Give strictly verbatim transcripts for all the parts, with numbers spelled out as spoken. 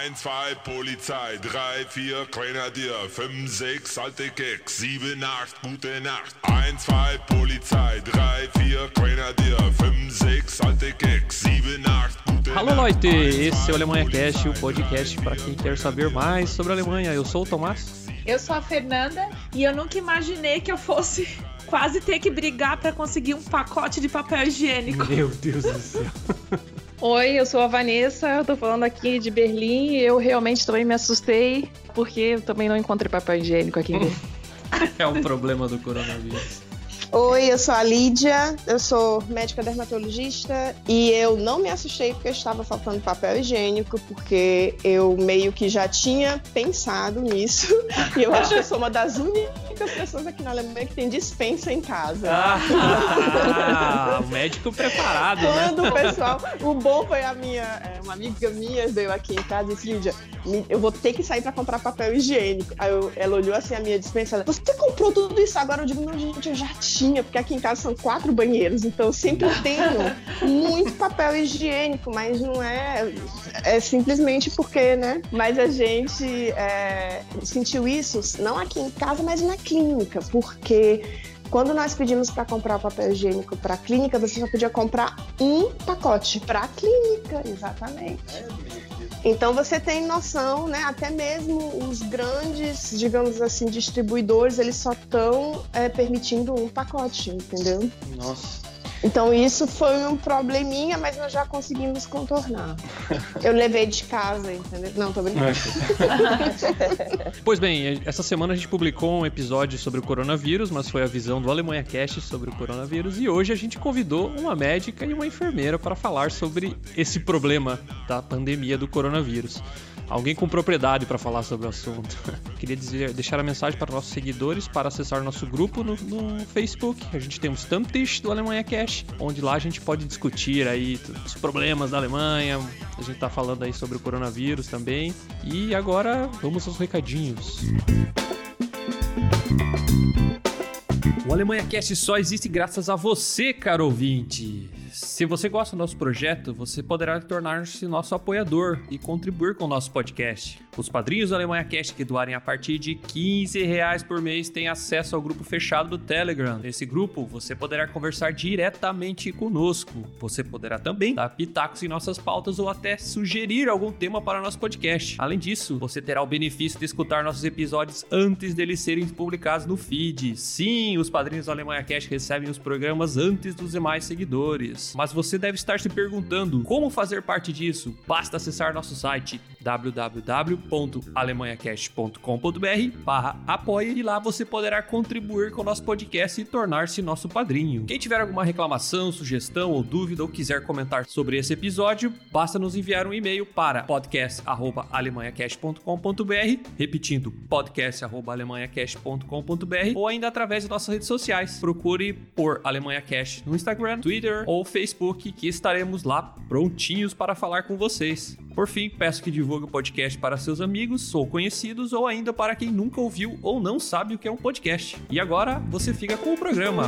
eins, zwei, Polizei, drei, vier, Grenadier, fünf, sechs, alte Keks, sieben, acht, gute Nacht. eins, zwei, Polizei, drei, vier, Grenadier, fünf, sechs, alte Keks, sieben, acht, gute Nacht. Alô, Leute! Esse é o Alemanha Cast, o podcast para quem quer saber mais sobre a Alemanha. Eu sou o Tomás. Eu sou a Fernanda e eu nunca imaginei que eu fosse quase ter que brigar para conseguir um pacote de papel higiênico. Meu Deus do céu. Oi, eu sou a Vanessa, eu tô falando aqui de Berlim e eu realmente também me assustei porque eu também não encontrei papel higiênico aqui em Berlim. É o problema do coronavírus. Oi, eu sou a Lídia, eu sou médica dermatologista e eu não me assustei porque estava faltando papel higiênico, porque eu meio que já tinha pensado nisso e eu acho que eu sou uma das únicas pessoas aqui na Alemanha que tem dispensa em casa. Ah, o médico preparado, né? Quando o pessoal, o bom foi a minha, uma amiga minha veio aqui em casa e disse, Lídia, eu vou ter que sair para comprar papel higiênico. Aí eu, ela olhou assim a minha dispensa, ela, você comprou tudo isso? Agora eu digo, não, gente, eu já tinha, porque aqui em casa são quatro banheiros, então eu sempre tenho muito papel higiênico, mas não é, é simplesmente porque, né? Mas a gente é, sentiu isso, não aqui em casa, mas na clínica, porque quando nós pedimos para comprar o papel higiênico para a clínica, você só podia comprar um pacote para a clínica, exatamente. Então você tem noção, né? Até mesmo os grandes, digamos assim, distribuidores, eles só estão é, permitindo um pacote, entendeu? Nossa. Então isso foi um probleminha, mas nós já conseguimos contornar. Eu levei de casa, entendeu? Não, tô brincando. Pois bem, essa semana a gente publicou um episódio sobre o coronavírus, mas foi a visão do Alemanha Cast sobre o coronavírus, e hoje a gente convidou uma médica e uma enfermeira para falar sobre esse problema da pandemia do coronavírus. Alguém com propriedade para falar sobre o assunto. Queria dizer, deixar a mensagem para nossos seguidores para acessar nosso grupo no, no Facebook. A gente tem um Stammtisch do Alemanha Cast, onde lá a gente pode discutir aí os problemas da Alemanha. A gente tá falando aí sobre o coronavírus também. E agora vamos aos recadinhos. O Alemanha Cast só existe graças a você, caro ouvinte. Se você gosta do nosso projeto, você poderá tornar-se nosso apoiador e contribuir com o nosso podcast. Os padrinhos do Alemanha Cast que doarem a partir de quinze reais por mês têm acesso ao grupo fechado do Telegram. Nesse grupo, você poderá conversar diretamente conosco. Você poderá também dar pitacos em nossas pautas ou até sugerir algum tema para o nosso podcast. Além disso, você terá o benefício de escutar nossos episódios antes deles serem publicados no feed. Sim, os padrinhos do Alemanha Cast recebem os programas antes dos demais seguidores. Mas você deve estar se perguntando como fazer parte disso. Basta acessar nosso site w w w ponto alemanhacast ponto com ponto b r barra apoie e lá você poderá contribuir com o nosso podcast e tornar-se nosso padrinho. Quem tiver alguma reclamação, sugestão ou dúvida ou quiser comentar sobre esse episódio, basta nos enviar um e-mail para podcast arroba alemanhacast ponto com ponto b r, repetindo podcast arroba alemanhacast ponto com ponto b r, ou ainda através de nossas redes sociais. Procure por Alemanha Cast no Instagram, Twitter ou Facebook, que estaremos lá prontinhos para falar com vocês. Por fim, peço que divulgue o podcast para seus amigos ou conhecidos, ou ainda para quem nunca ouviu ou não sabe o que é um podcast. E agora, você fica com o programa.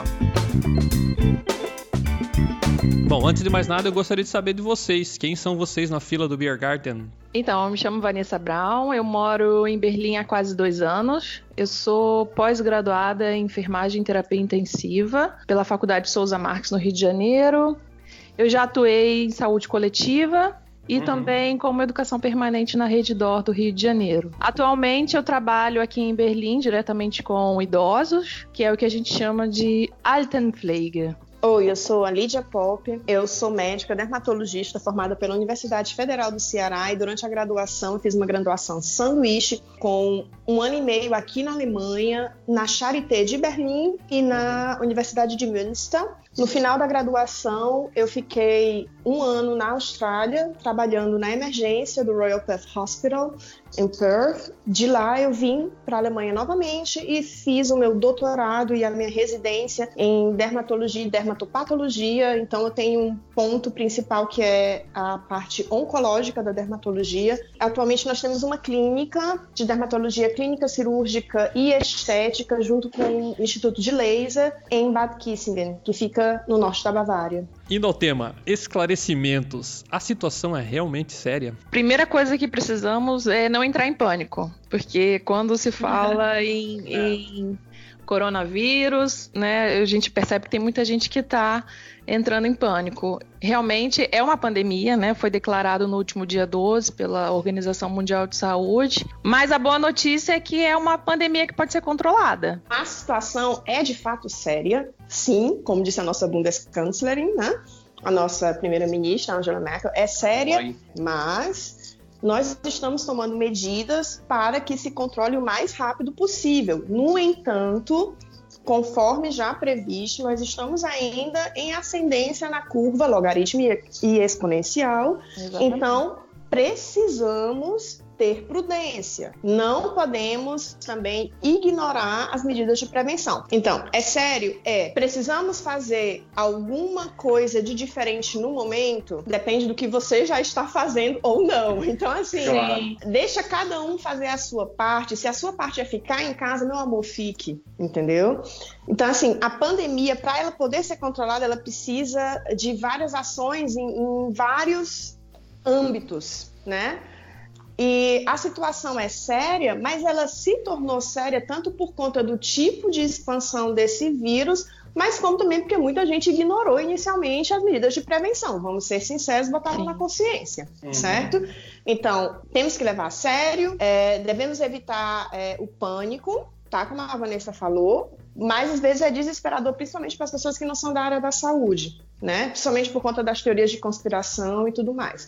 Bom, antes de mais nada, eu gostaria de saber de vocês. Quem são vocês na fila do Biergarten? Então, eu me chamo Vanessa Braun, eu moro em Berlim há quase dois anos. Eu sou pós-graduada em enfermagem e terapia intensiva pela Faculdade Souza Marques, no Rio de Janeiro. Eu já atuei em saúde coletiva e uhum. também como educação permanente na Rede D O R do Rio de Janeiro. Atualmente eu trabalho aqui em Berlim diretamente com idosos, que é o que a gente chama de Altenpflege. Oi, eu sou a Lídia Pop, eu sou médica dermatologista formada pela Universidade Federal do Ceará e durante a graduação eu fiz uma graduação sanduíche com um ano e meio aqui na Alemanha, na Charité de Berlim e na Universidade de Münster. No final da graduação, eu fiquei um ano na Austrália, trabalhando na emergência do Royal Perth Hospital, em Perth. De lá, eu vim para a Alemanha novamente e fiz o meu doutorado e a minha residência em dermatologia e dermatopatologia. Então, eu tenho um ponto principal que é a parte oncológica da dermatologia. Atualmente, nós temos uma clínica de dermatologia clínica cirúrgica e estética junto com o Instituto de Laser em Bad Kissingen, que fica no norte da Bavária. Indo ao tema, esclarecimentos. A situação é realmente séria? Primeira coisa que precisamos é não entrar em pânico, porque quando se fala em, em coronavírus, né, a gente percebe que tem muita gente que está entrando em pânico. Realmente é uma pandemia, né? Foi declarado no último dia doze pela Organização Mundial de Saúde, mas a boa notícia é que é uma pandemia que pode ser controlada. A situação é de fato séria, sim, como disse a nossa Bundeskanzlerin, né? A nossa primeira-ministra, Angela Merkel, é séria, Oi. mas nós estamos tomando medidas para que se controle o mais rápido possível. No entanto, conforme já previsto, nós estamos ainda em ascendência na curva logarítmica e exponencial. Exatamente. Então, precisamos ter prudência. Não podemos também ignorar as medidas de prevenção. Então, é sério? É. Precisamos fazer alguma coisa de diferente no momento? Depende do que você já está fazendo ou não. Então, assim, claro. Deixa cada um fazer a sua parte. Se a sua parte é ficar em casa, meu amor, fique. Entendeu? Então, assim, a pandemia, para ela poder ser controlada, ela precisa de várias ações em, em vários âmbitos, né? E a situação é séria, mas ela se tornou séria tanto por conta do tipo de expansão desse vírus, mas como também porque muita gente ignorou inicialmente as medidas de prevenção. Vamos ser sinceros, botaram Sim. na consciência, uhum. certo? Então, temos que levar a sério, é, devemos evitar é, o pânico, tá? Como a Vanessa falou, mas às vezes é desesperador, principalmente para as pessoas que não são da área da saúde, né? Principalmente por conta das teorias de conspiração e tudo mais.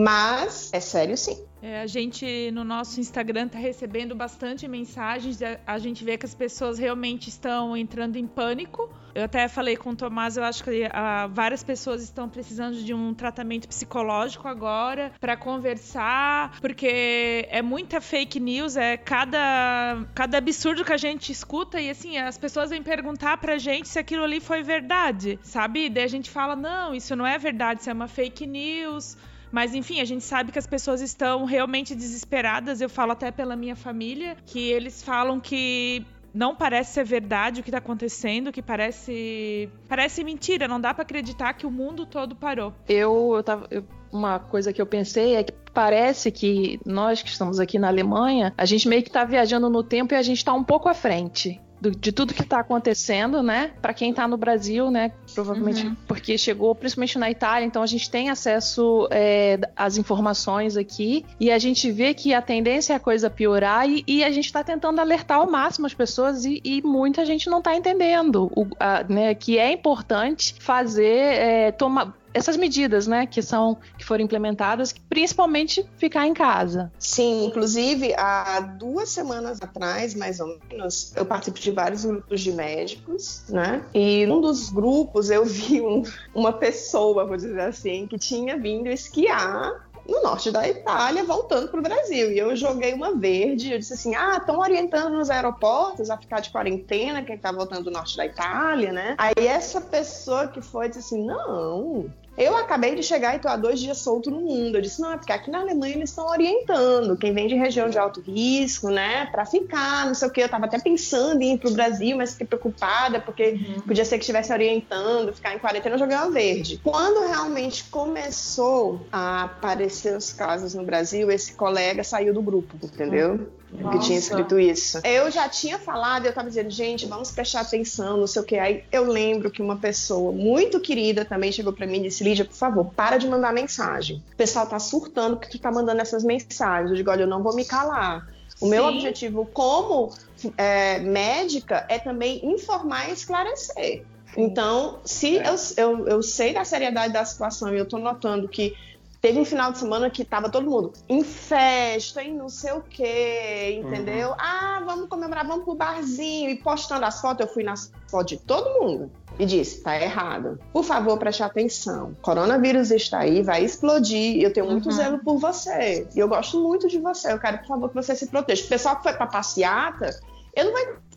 Mas é sério, sim. É, a gente, no nosso Instagram, está recebendo bastante mensagens. A gente vê que as pessoas realmente estão entrando em pânico. Eu até falei com o Tomás, eu acho que ah, várias pessoas estão precisando de um tratamento psicológico agora para conversar, porque é muita fake news, é cada, cada absurdo que a gente escuta e assim, as pessoas vêm perguntar pra gente se aquilo ali foi verdade, sabe? Daí a gente fala, não, isso não é verdade, isso é uma fake news. Mas, enfim, a gente sabe que as pessoas estão realmente desesperadas. Eu falo até pela minha família, que eles falam que não parece ser verdade o que está acontecendo, que parece parece mentira. Não dá para acreditar que o mundo todo parou. Eu, eu tava... Eu... Uma coisa que eu pensei é que parece que nós que estamos aqui na Alemanha, a gente meio que está viajando no tempo e a gente está um pouco à frente do, de tudo que está acontecendo, né? Para quem está no Brasil, né? Provavelmente uhum. porque chegou principalmente na Itália, então a gente tem acesso é, às informações aqui e a gente vê que a tendência é a coisa piorar e, e a gente está tentando alertar ao máximo as pessoas e, e muita gente não está entendendo o, a, né, que é importante fazer, é, tomar essas medidas, né, que são, que foram implementadas, principalmente ficar em casa. Sim, inclusive, há duas semanas atrás, mais ou menos, eu participo de vários grupos de médicos, né, e num dos grupos eu vi um, uma pessoa, vou dizer assim, que tinha vindo esquiar no norte da Itália, voltando para o Brasil. E eu joguei uma verde, eu disse assim, ah, estão orientando nos aeroportos a ficar de quarentena, quem está voltando do norte da Itália, né? Aí essa pessoa que foi disse assim, não, eu acabei de chegar e estou há dois dias solto no mundo. Eu disse, não, é porque aqui na Alemanha eles estão orientando quem vem de região de alto risco, né, para ficar, não sei o quê. Eu estava até pensando em ir para o Brasil, mas fiquei preocupada, porque uhum. podia ser que estivesse orientando, ficar em quarentena, eu joguei uma verde. Quando realmente começou a aparecer os casos no Brasil, esse colega saiu do grupo, entendeu? Nossa. Que tinha escrito isso. Eu já tinha falado, eu tava dizendo, gente, vamos prestar atenção, não sei o que. Aí eu lembro que uma pessoa muito querida também chegou pra mim e disse, Lídia, por favor, para de mandar mensagem. O pessoal tá surtando porque tu tá mandando essas mensagens. Eu digo, olha, eu não vou me calar. O Sim. meu objetivo como é, médica é também informar e esclarecer. Sim. Então, se é. eu, eu, eu sei da seriedade da situação e eu tô notando que teve um final de semana que tava todo mundo em festa, em não sei o quê, entendeu? Uhum. Ah, vamos comemorar, vamos pro barzinho. E postando as fotos, eu fui nas fotos de todo mundo e disse, tá errado. Por favor, preste atenção. Coronavírus está aí, vai explodir. Eu tenho muito uhum. zelo por você. E eu gosto muito de você. Eu quero, por favor, que você se proteja. O pessoal que foi pra passeata, eu não vou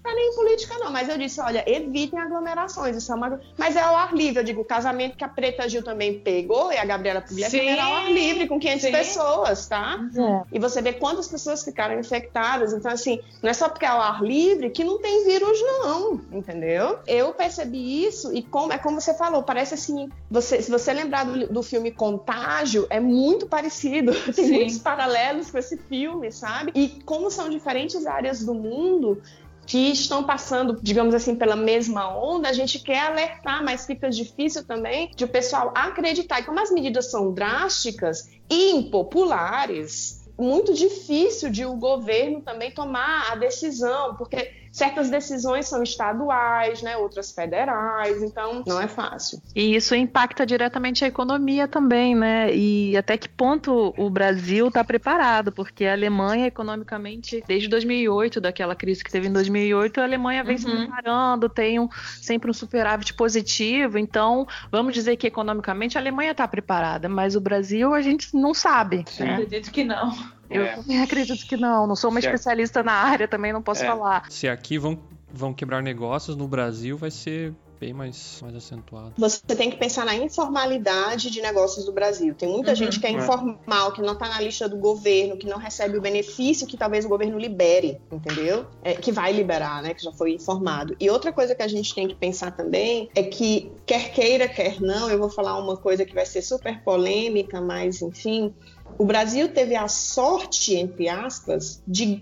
tá nem em política não, mas eu disse, olha, evitem aglomerações, isso é uma... Mas é ao ar livre, eu digo, o casamento que a Preta Gil também pegou, e a Gabriela Pugliese era ao ar livre, com quinhentas Sim. pessoas, tá? É. E você vê quantas pessoas ficaram infectadas, então assim, não é só porque é ao ar livre que não tem vírus não, entendeu? Eu percebi isso, e como, é como você falou, parece assim, você, se você lembrar do, do filme Contágio, é muito parecido, tem Sim. muitos paralelos com esse filme, sabe? E como são diferentes áreas do mundo que estão passando, digamos assim, pela mesma onda, a gente quer alertar, mas fica difícil também de o pessoal acreditar. E como as medidas são drásticas e impopulares, muito difícil de o governo também tomar a decisão, porque certas decisões são estaduais, né, outras federais, então não é fácil. E isso impacta diretamente a economia também, né? E até que ponto o Brasil está preparado, porque a Alemanha, economicamente, desde dois mil e oito, daquela crise que teve em dois mil e oito, a Alemanha vem uhum. se preparando, tem um, sempre um superávit positivo, então vamos dizer que economicamente a Alemanha está preparada, mas o Brasil a gente não sabe. Eu né? acredito que não. Eu é. também acredito que não, não sou uma Se especialista a... na área, também não posso é. falar. Se aqui vão, vão quebrar negócios, no Brasil vai ser bem mais, mais acentuado. Você tem que pensar na informalidade de negócios do Brasil. Tem muita uhum, gente que é, é informal, que não está na lista do governo, que não recebe o benefício que talvez o governo libere, entendeu? É, que vai liberar, né? Que já foi informado. E outra coisa que a gente tem que pensar também é que, quer queira, quer não, eu vou falar uma coisa que vai ser super polêmica, mas enfim... O Brasil teve a sorte, entre aspas, de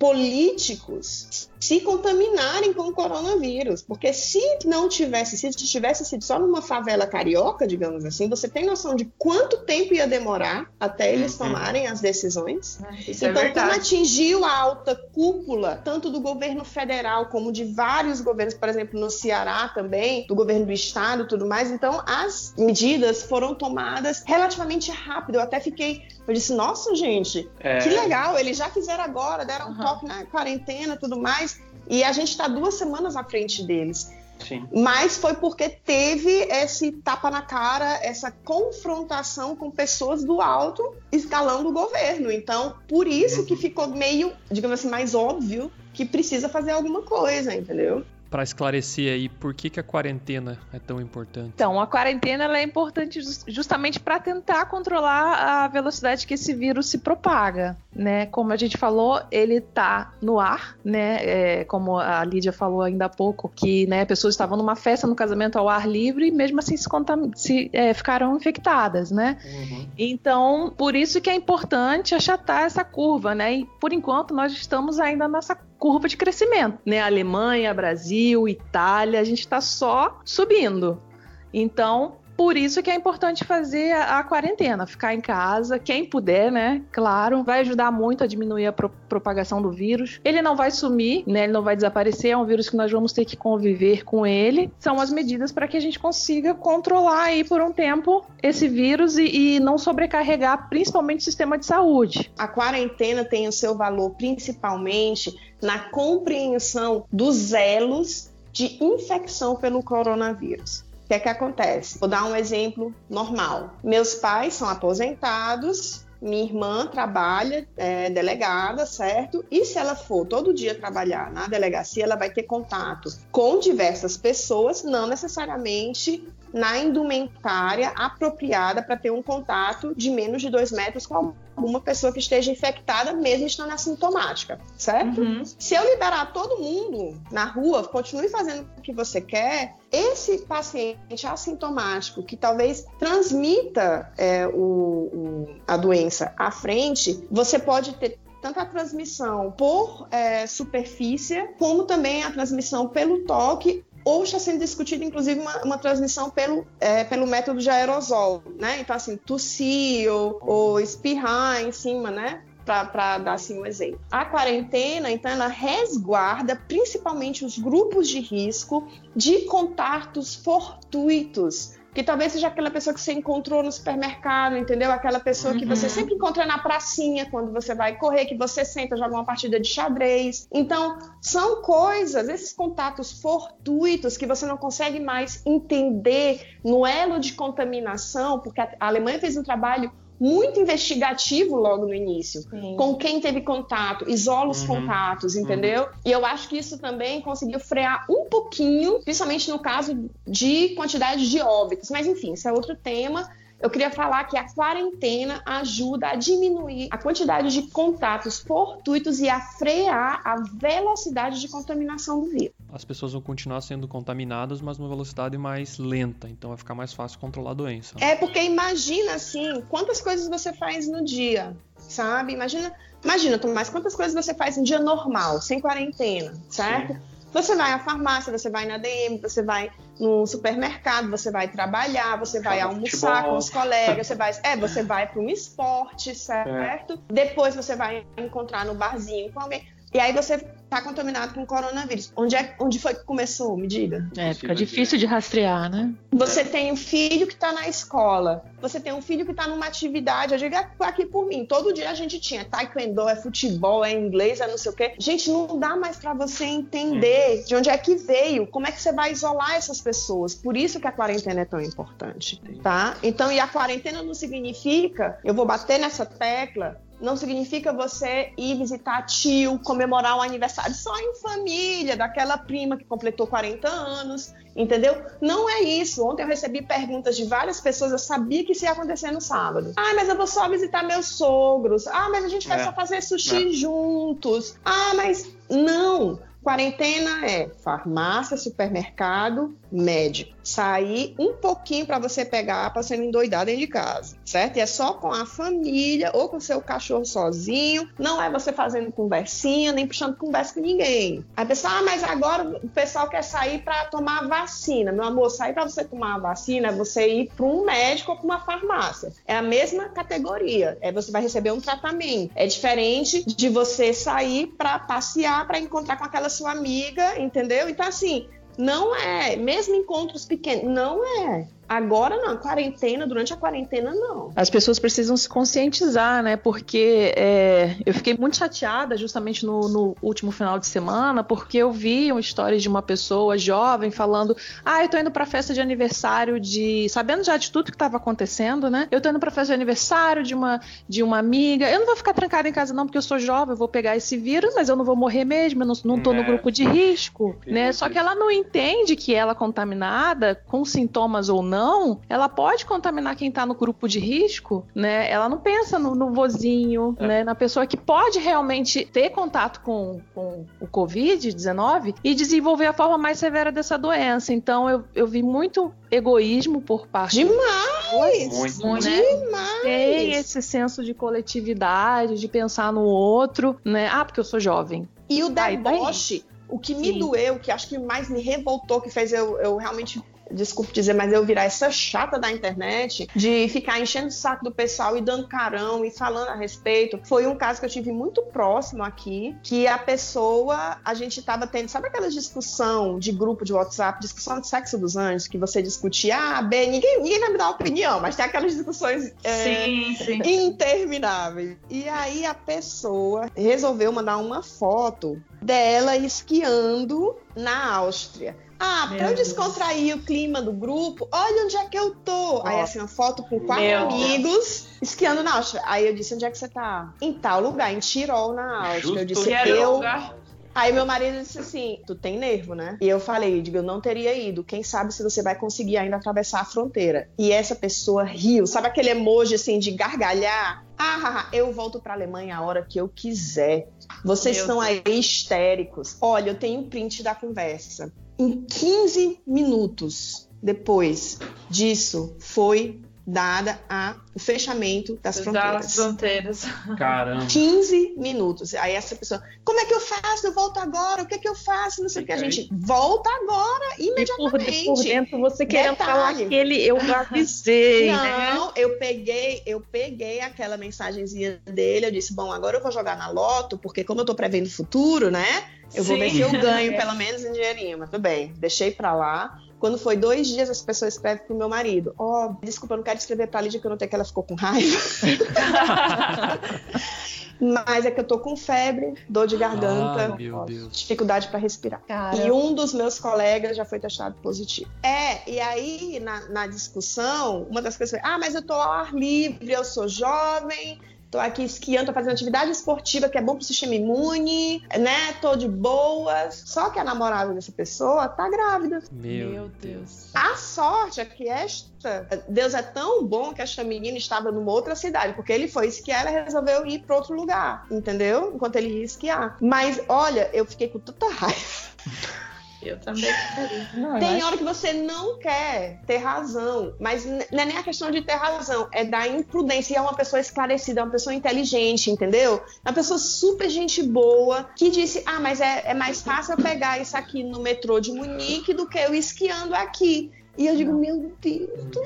políticos se contaminarem com o coronavírus. Porque se não tivesse sido, se tivesse sido só numa favela carioca, digamos assim, você tem noção de quanto tempo ia demorar até eles tomarem as decisões? Isso então, é como atingiu a alta cúpula, tanto do governo federal como de vários governos, por exemplo, no Ceará também, do governo do estado e tudo mais, então as medidas foram tomadas relativamente rápido. Eu até fiquei, eu disse, nossa, gente, é. que legal, eles já fizeram agora, deram um uhum. toque na quarentena e tudo mais, e a gente está duas semanas à frente deles. Sim. Mas foi porque teve esse tapa na cara, essa confrontação com pessoas do alto escalando o governo. Então, por isso que ficou meio, digamos assim, mais óbvio que precisa fazer alguma coisa, entendeu? Para esclarecer aí, por que, que a quarentena é tão importante? Então, a quarentena ela é importante justamente para tentar controlar a velocidade que esse vírus se propaga, né? Como a gente falou, ele está no ar, né? É, como a Lídia falou ainda há pouco, que né, pessoas estavam numa festa, no casamento ao ar livre, e mesmo assim se, contam- se é, ficaram infectadas, né? Uhum. Então, por isso que é importante achatar essa curva, né? E por enquanto nós estamos ainda nessa curva de crescimento, né? Alemanha, Brasil, Itália, a gente está só subindo. Então, por isso que é importante fazer a, a quarentena, ficar em casa, quem puder, né? Claro, vai ajudar muito a diminuir a pro, propagação do vírus. Ele não vai sumir, né? Ele não vai desaparecer, é um vírus que nós vamos ter que conviver com ele. São as medidas para que a gente consiga controlar aí por um tempo esse vírus e, e não sobrecarregar principalmente o sistema de saúde. A quarentena tem o seu valor principalmente na compreensão dos elos de infecção pelo coronavírus. O que é que acontece? Vou dar um exemplo normal. Meus pais são aposentados, minha irmã trabalha, é delegada, certo? E se ela for todo dia trabalhar na delegacia, ela vai ter contato com diversas pessoas, não necessariamente na indumentária apropriada para ter um contato de menos de dois metros com alguma pessoa que esteja infectada, mesmo estando assintomática, certo? Uhum. Se eu liberar todo mundo na rua, continue fazendo o que você quer, esse paciente assintomático que talvez transmita é, o, o, a doença à frente, você pode ter tanto a transmissão por é, superfície, como também a transmissão pelo toque, ou está sendo discutido, inclusive, uma, uma transmissão pelo, é, pelo método de aerosol, né? Então, assim, tossir ou, ou espirrar em cima, né? Para dar, assim, um exemplo. A quarentena, então, ela resguarda principalmente os grupos de risco de contatos fortuitos, que talvez seja aquela pessoa que você encontrou no supermercado, entendeu? Aquela pessoa uhum. que você sempre encontra na pracinha quando você vai correr, que você senta, joga uma partida de xadrez. Então, são coisas, esses contatos fortuitos que você não consegue mais entender no elo de contaminação, porque a Alemanha fez um trabalho muito investigativo logo no início. Sim. Com quem teve contato, isola os Uhum. contatos, entendeu? Uhum. E eu acho que isso também conseguiu frear um pouquinho, principalmente no caso de quantidade de óbitos. Mas enfim, esse é outro tema. Eu queria falar que a quarentena ajuda a diminuir a quantidade de contatos fortuitos e a frear a velocidade de contaminação do vírus. As pessoas vão continuar sendo contaminadas, mas numa velocidade mais lenta, então vai ficar mais fácil controlar a doença. É porque imagina assim, quantas coisas você faz no dia, sabe? Imagina, imagina, Tomás, quantas coisas você faz no dia normal, sem quarentena, certo? Sim. Você vai à farmácia, você vai na D M, você vai no supermercado, você vai trabalhar, você vai Joga almoçar futebol. com os colegas, você vai, é, você vai para um esporte, certo? É. Depois você vai encontrar no barzinho com alguém. E aí você tá contaminado com coronavírus. Onde, é, onde foi que começou? Me diga. É, fica difícil de rastrear, né? Você tem um filho que tá na escola. Você tem um filho que tá numa atividade. Eu digo aqui por mim. Todo dia a gente tinha taekwondo, é futebol, é inglês, é não sei o quê. Gente, não dá mais pra você entender de onde é que veio. Como é que você vai isolar essas pessoas? Por isso que a quarentena é tão importante, tá? Então, e a quarentena não significa... Eu vou bater nessa tecla... Não significa você ir visitar tio, comemorar um aniversário só em família, daquela prima que completou quarenta anos, entendeu? Não é isso. Ontem eu recebi perguntas de várias pessoas, eu sabia que isso ia acontecer no sábado. Ah, mas eu vou só visitar meus sogros. Ah, mas a gente vai é. só fazer sushi é. juntos. Ah, mas não. Quarentena é farmácia, supermercado, médico. Sair um pouquinho para você pegar para você não endoidar dentro de casa, certo? E é só com a família ou com seu cachorro sozinho. Não é você fazendo conversinha, nem puxando conversa com ninguém. Aí a pessoa, ah, mas agora o pessoal quer sair para tomar a vacina. Meu amor, sair para você tomar a vacina é você ir para um médico ou para uma farmácia. É a mesma categoria. É você vai receber um tratamento. É diferente de você sair para passear, para encontrar com aquela sua amiga, entendeu? Então, assim, não é, mesmo encontros pequenos, não é. Agora não, quarentena, durante a quarentena não. As pessoas precisam se conscientizar, né? Porque é, eu fiquei muito chateada justamente no, no último final de semana, porque eu vi uma história de uma pessoa jovem falando: ah, eu tô indo pra festa de aniversário de... Sabendo já de tudo que tava acontecendo, né? Eu tô indo pra festa de aniversário de uma, de uma amiga. Eu não vou ficar trancada em casa não, porque eu sou jovem, eu vou pegar esse vírus, mas eu não vou morrer mesmo, eu não, não tô é. no grupo de risco, né? Só que ela não entende que ela contaminada, com sintomas ou não, Não, ela pode contaminar quem está no grupo de risco, né? Ela não pensa no, no vozinho, é. né? Na pessoa que pode realmente ter contato com, com o covid dezenove e desenvolver a forma mais severa dessa doença. Então, eu, eu vi muito egoísmo por parte... Demais! Muito, muito né? Demais! Tem esse senso de coletividade, de pensar no outro, né? Ah, porque eu sou jovem. E o deboche, o que me Sim. doeu, que acho que mais me revoltou, que fez eu, eu realmente... Desculpe dizer, mas eu virar essa chata da internet de ficar enchendo o saco do pessoal e dando carão e falando a respeito. Foi um caso que eu tive muito próximo aqui, que a pessoa, a gente tava tendo, sabe aquela discussão de grupo de WhatsApp, discussão de sexo dos anjos, que você discute A, B, ninguém, ninguém vai me dar opinião, mas tem aquelas discussões é, sim, sim. intermináveis. E aí a pessoa resolveu mandar uma foto dela esquiando na Áustria. Ah, Meu pra eu descontrair Deus. o clima do grupo, olha onde é que eu tô. Oh. Aí, assim, uma foto com quatro Meu amigos Deus. esquiando na Áustria. Aí eu disse, onde é que você tá? Em tal lugar, em Tirol, na Áustria. Justo. Eu disse, eu... Lugar. Aí meu marido disse assim, tu tem nervo, né? E eu falei, digo, eu não teria ido. Quem sabe se você vai conseguir ainda atravessar a fronteira. E essa pessoa riu. Sabe aquele emoji, assim, de gargalhar? Ah, eu volto pra Alemanha a hora que eu quiser. Vocês Meu estão Deus. aí histéricos. Olha, eu tenho um print da conversa. Em quinze minutos depois disso, foi dada a, o fechamento das fronteiras. Das fronteiras. Caramba. quinze minutos. Aí essa pessoa, como é que eu faço? Eu volto agora? O que é que eu faço? Não sei o que. A gente volta agora, imediatamente. E por, por dentro você querendo falar aquele, eu avisei. Não, né? eu peguei, eu peguei aquela mensagenzinha dele, eu disse, bom, agora eu vou jogar na loto, porque como eu tô prevendo o futuro, né? Eu Sim. vou ver se eu ganho pelo menos um dinheirinho. Mas tudo bem, deixei pra lá. Quando foi dois dias, as pessoas escrevem pro meu marido. Ó, oh, desculpa, eu não quero escrever pra Lídia que eu notei que ela ficou com raiva. Mas é que eu tô com febre, dor de garganta, ah, meu Deus. dificuldade para respirar. Cara. E um dos meus colegas já foi testado positivo. É, e aí na, na discussão, uma das coisas foi, ah, mas eu tô ao ar livre, eu sou jovem, tô aqui esquiando, tô fazendo atividade esportiva que é bom pro sistema imune, né? Tô de boas. Só que a namorada dessa pessoa tá grávida. Meu, Meu Deus. A sorte é que esta... Deus é tão bom que esta menina estava numa outra cidade, porque ele foi esquiar, ela resolveu ir para outro lugar, entendeu? Enquanto ele ia esquiar. Mas, olha, eu fiquei com tanta raiva. Eu também. Não, Tem eu hora que você não quer ter razão, mas não é nem a questão de ter razão, é da imprudência. E é uma pessoa esclarecida, é uma pessoa inteligente, entendeu? É uma pessoa super gente boa, que disse, ah, mas é, é mais fácil eu pegar isso aqui no metrô de Munique do que eu esquiando aqui. E eu digo, meu Deus do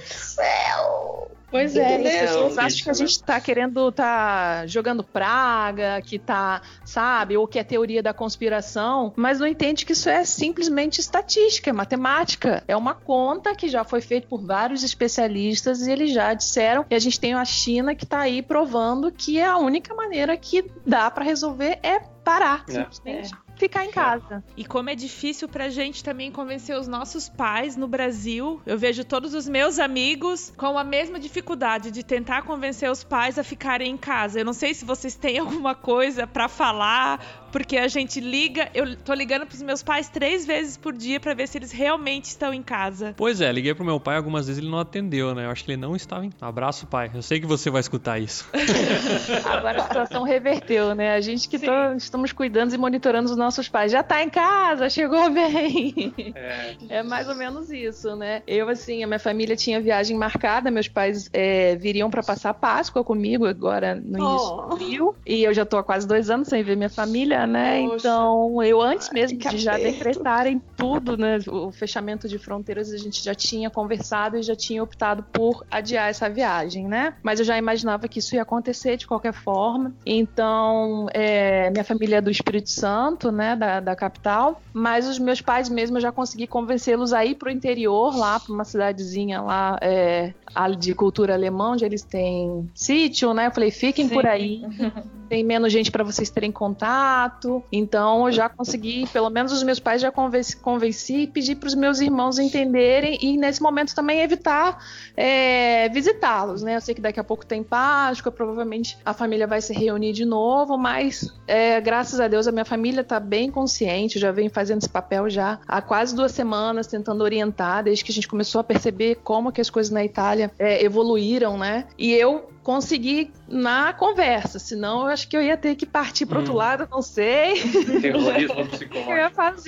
céu! Pois é, Entendeu? as pessoas acham que a gente tá querendo tá jogando praga, que tá, sabe, ou que é teoria da conspiração, mas não entende que isso é simplesmente estatística, é matemática. É uma conta que já foi feita por vários especialistas e eles já disseram, e a gente tem a China que tá aí provando que a única maneira que dá pra resolver é parar, É. simplesmente. Ficar em casa. E como é difícil pra gente também convencer os nossos pais no Brasil. Eu vejo todos os meus amigos com a mesma dificuldade de tentar convencer os pais a ficarem em casa. Eu não sei se vocês têm alguma coisa pra falar, porque a gente liga... Eu tô ligando pros meus pais três vezes por dia pra ver se eles realmente estão em casa. Pois é, liguei pro meu pai, algumas vezes ele não atendeu, né? Eu acho que ele não estava em... Abraço, pai. Eu sei que você vai escutar isso. Agora a situação reverteu, né? A gente que tá, estamos cuidando e monitorando os nossos pais. Já tá em casa, chegou bem. É. É mais ou menos isso, né? Eu, assim, a minha família tinha viagem marcada, meus pais é, viriam pra passar Páscoa comigo agora no início Oh. do frio. E eu já tô há quase dois anos sem ver minha família, né? Poxa. Então, eu antes mesmo que de já aperto. decretarem tudo, né? O fechamento de fronteiras, a gente já tinha conversado e já tinha optado por adiar essa viagem, né? Mas eu já imaginava que isso ia acontecer de qualquer forma. Então, é, minha família é do Espírito Santo, né? Da, da capital. Mas os meus pais mesmo, eu já consegui convencê-los a ir pro interior, lá pra uma cidadezinha lá é, de cultura alemã, onde eles têm sítio, né? Eu falei, fiquem Sim. por aí. Tem menos gente para vocês terem contato. Então eu já consegui, pelo menos os meus pais já convenci, convenci e pedi para os meus irmãos entenderem e nesse momento também evitar é, visitá-los, né? Eu sei que daqui a pouco tem Páscoa, provavelmente a família vai se reunir de novo, mas é, graças a Deus a minha família está bem consciente, eu já venho fazendo esse papel já há quase duas semanas, tentando orientar, desde que a gente começou a perceber como que as coisas na Itália é, evoluíram, né? E eu consegui na conversa, senão eu acho que eu ia ter que partir para outro Hum. lado, não sei Terrorismo o que eu psicológico. ia fazer.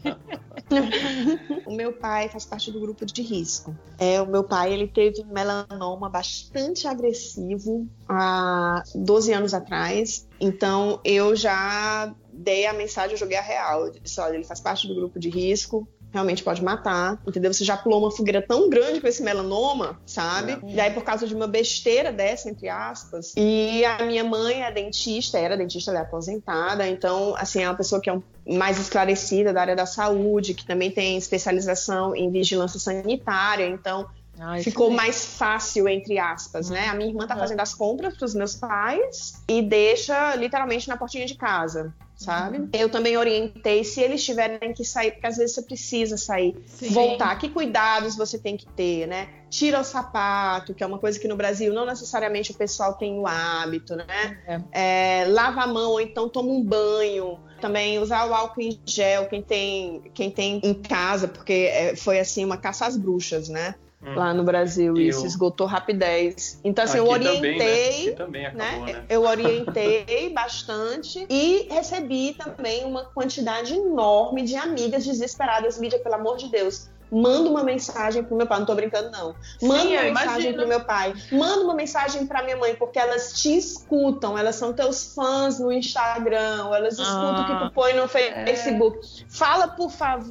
O meu pai faz parte do grupo de risco. É, o meu pai ele teve um melanoma bastante agressivo há doze anos atrás. Então eu já dei a mensagem, eu joguei a real. Eu disse, olha, ele faz parte do grupo de risco. Realmente pode matar, entendeu? Você já pulou uma fogueira tão grande com esse melanoma, sabe? É. E aí, por causa de uma besteira dessa, entre aspas. E a minha mãe é dentista, era dentista, ela é aposentada. Então, assim, é uma pessoa que é um, mais esclarecida da área da saúde, que também tem especialização em vigilância sanitária. Então, Ai, ficou sim. mais fácil, entre aspas, né? A minha irmã tá fazendo as compras pros meus pais e deixa literalmente na portinha de casa, sabe? Uhum. Eu também orientei se eles tiverem que sair, porque às vezes você precisa sair, Sim. voltar. Que cuidados você tem que ter, né? Tira o sapato, que é uma coisa que no Brasil não necessariamente o pessoal tem o hábito, né? É, lava a mão, ou então toma um banho. Também usar o álcool em gel, quem tem, quem tem em casa, porque é, foi assim uma caça às bruxas, né? Hum. Lá no Brasil, e Eu- isso esgotou rapidez. Então, assim, eu Aqui também, né? orientei, Aqui também acabou, né? né? Eu orientei bastante e recebi também uma quantidade enorme de amigas desesperadas. Lídia, pelo amor de Deus, manda uma mensagem pro meu pai. Não tô brincando, não. Manda Sim, uma eu mensagem imagino. pro meu pai. Manda uma mensagem pra minha mãe, porque elas te escutam. Elas são teus fãs no Instagram. Elas escutam o que Ah, tu põe no Facebook. Fala, por favor,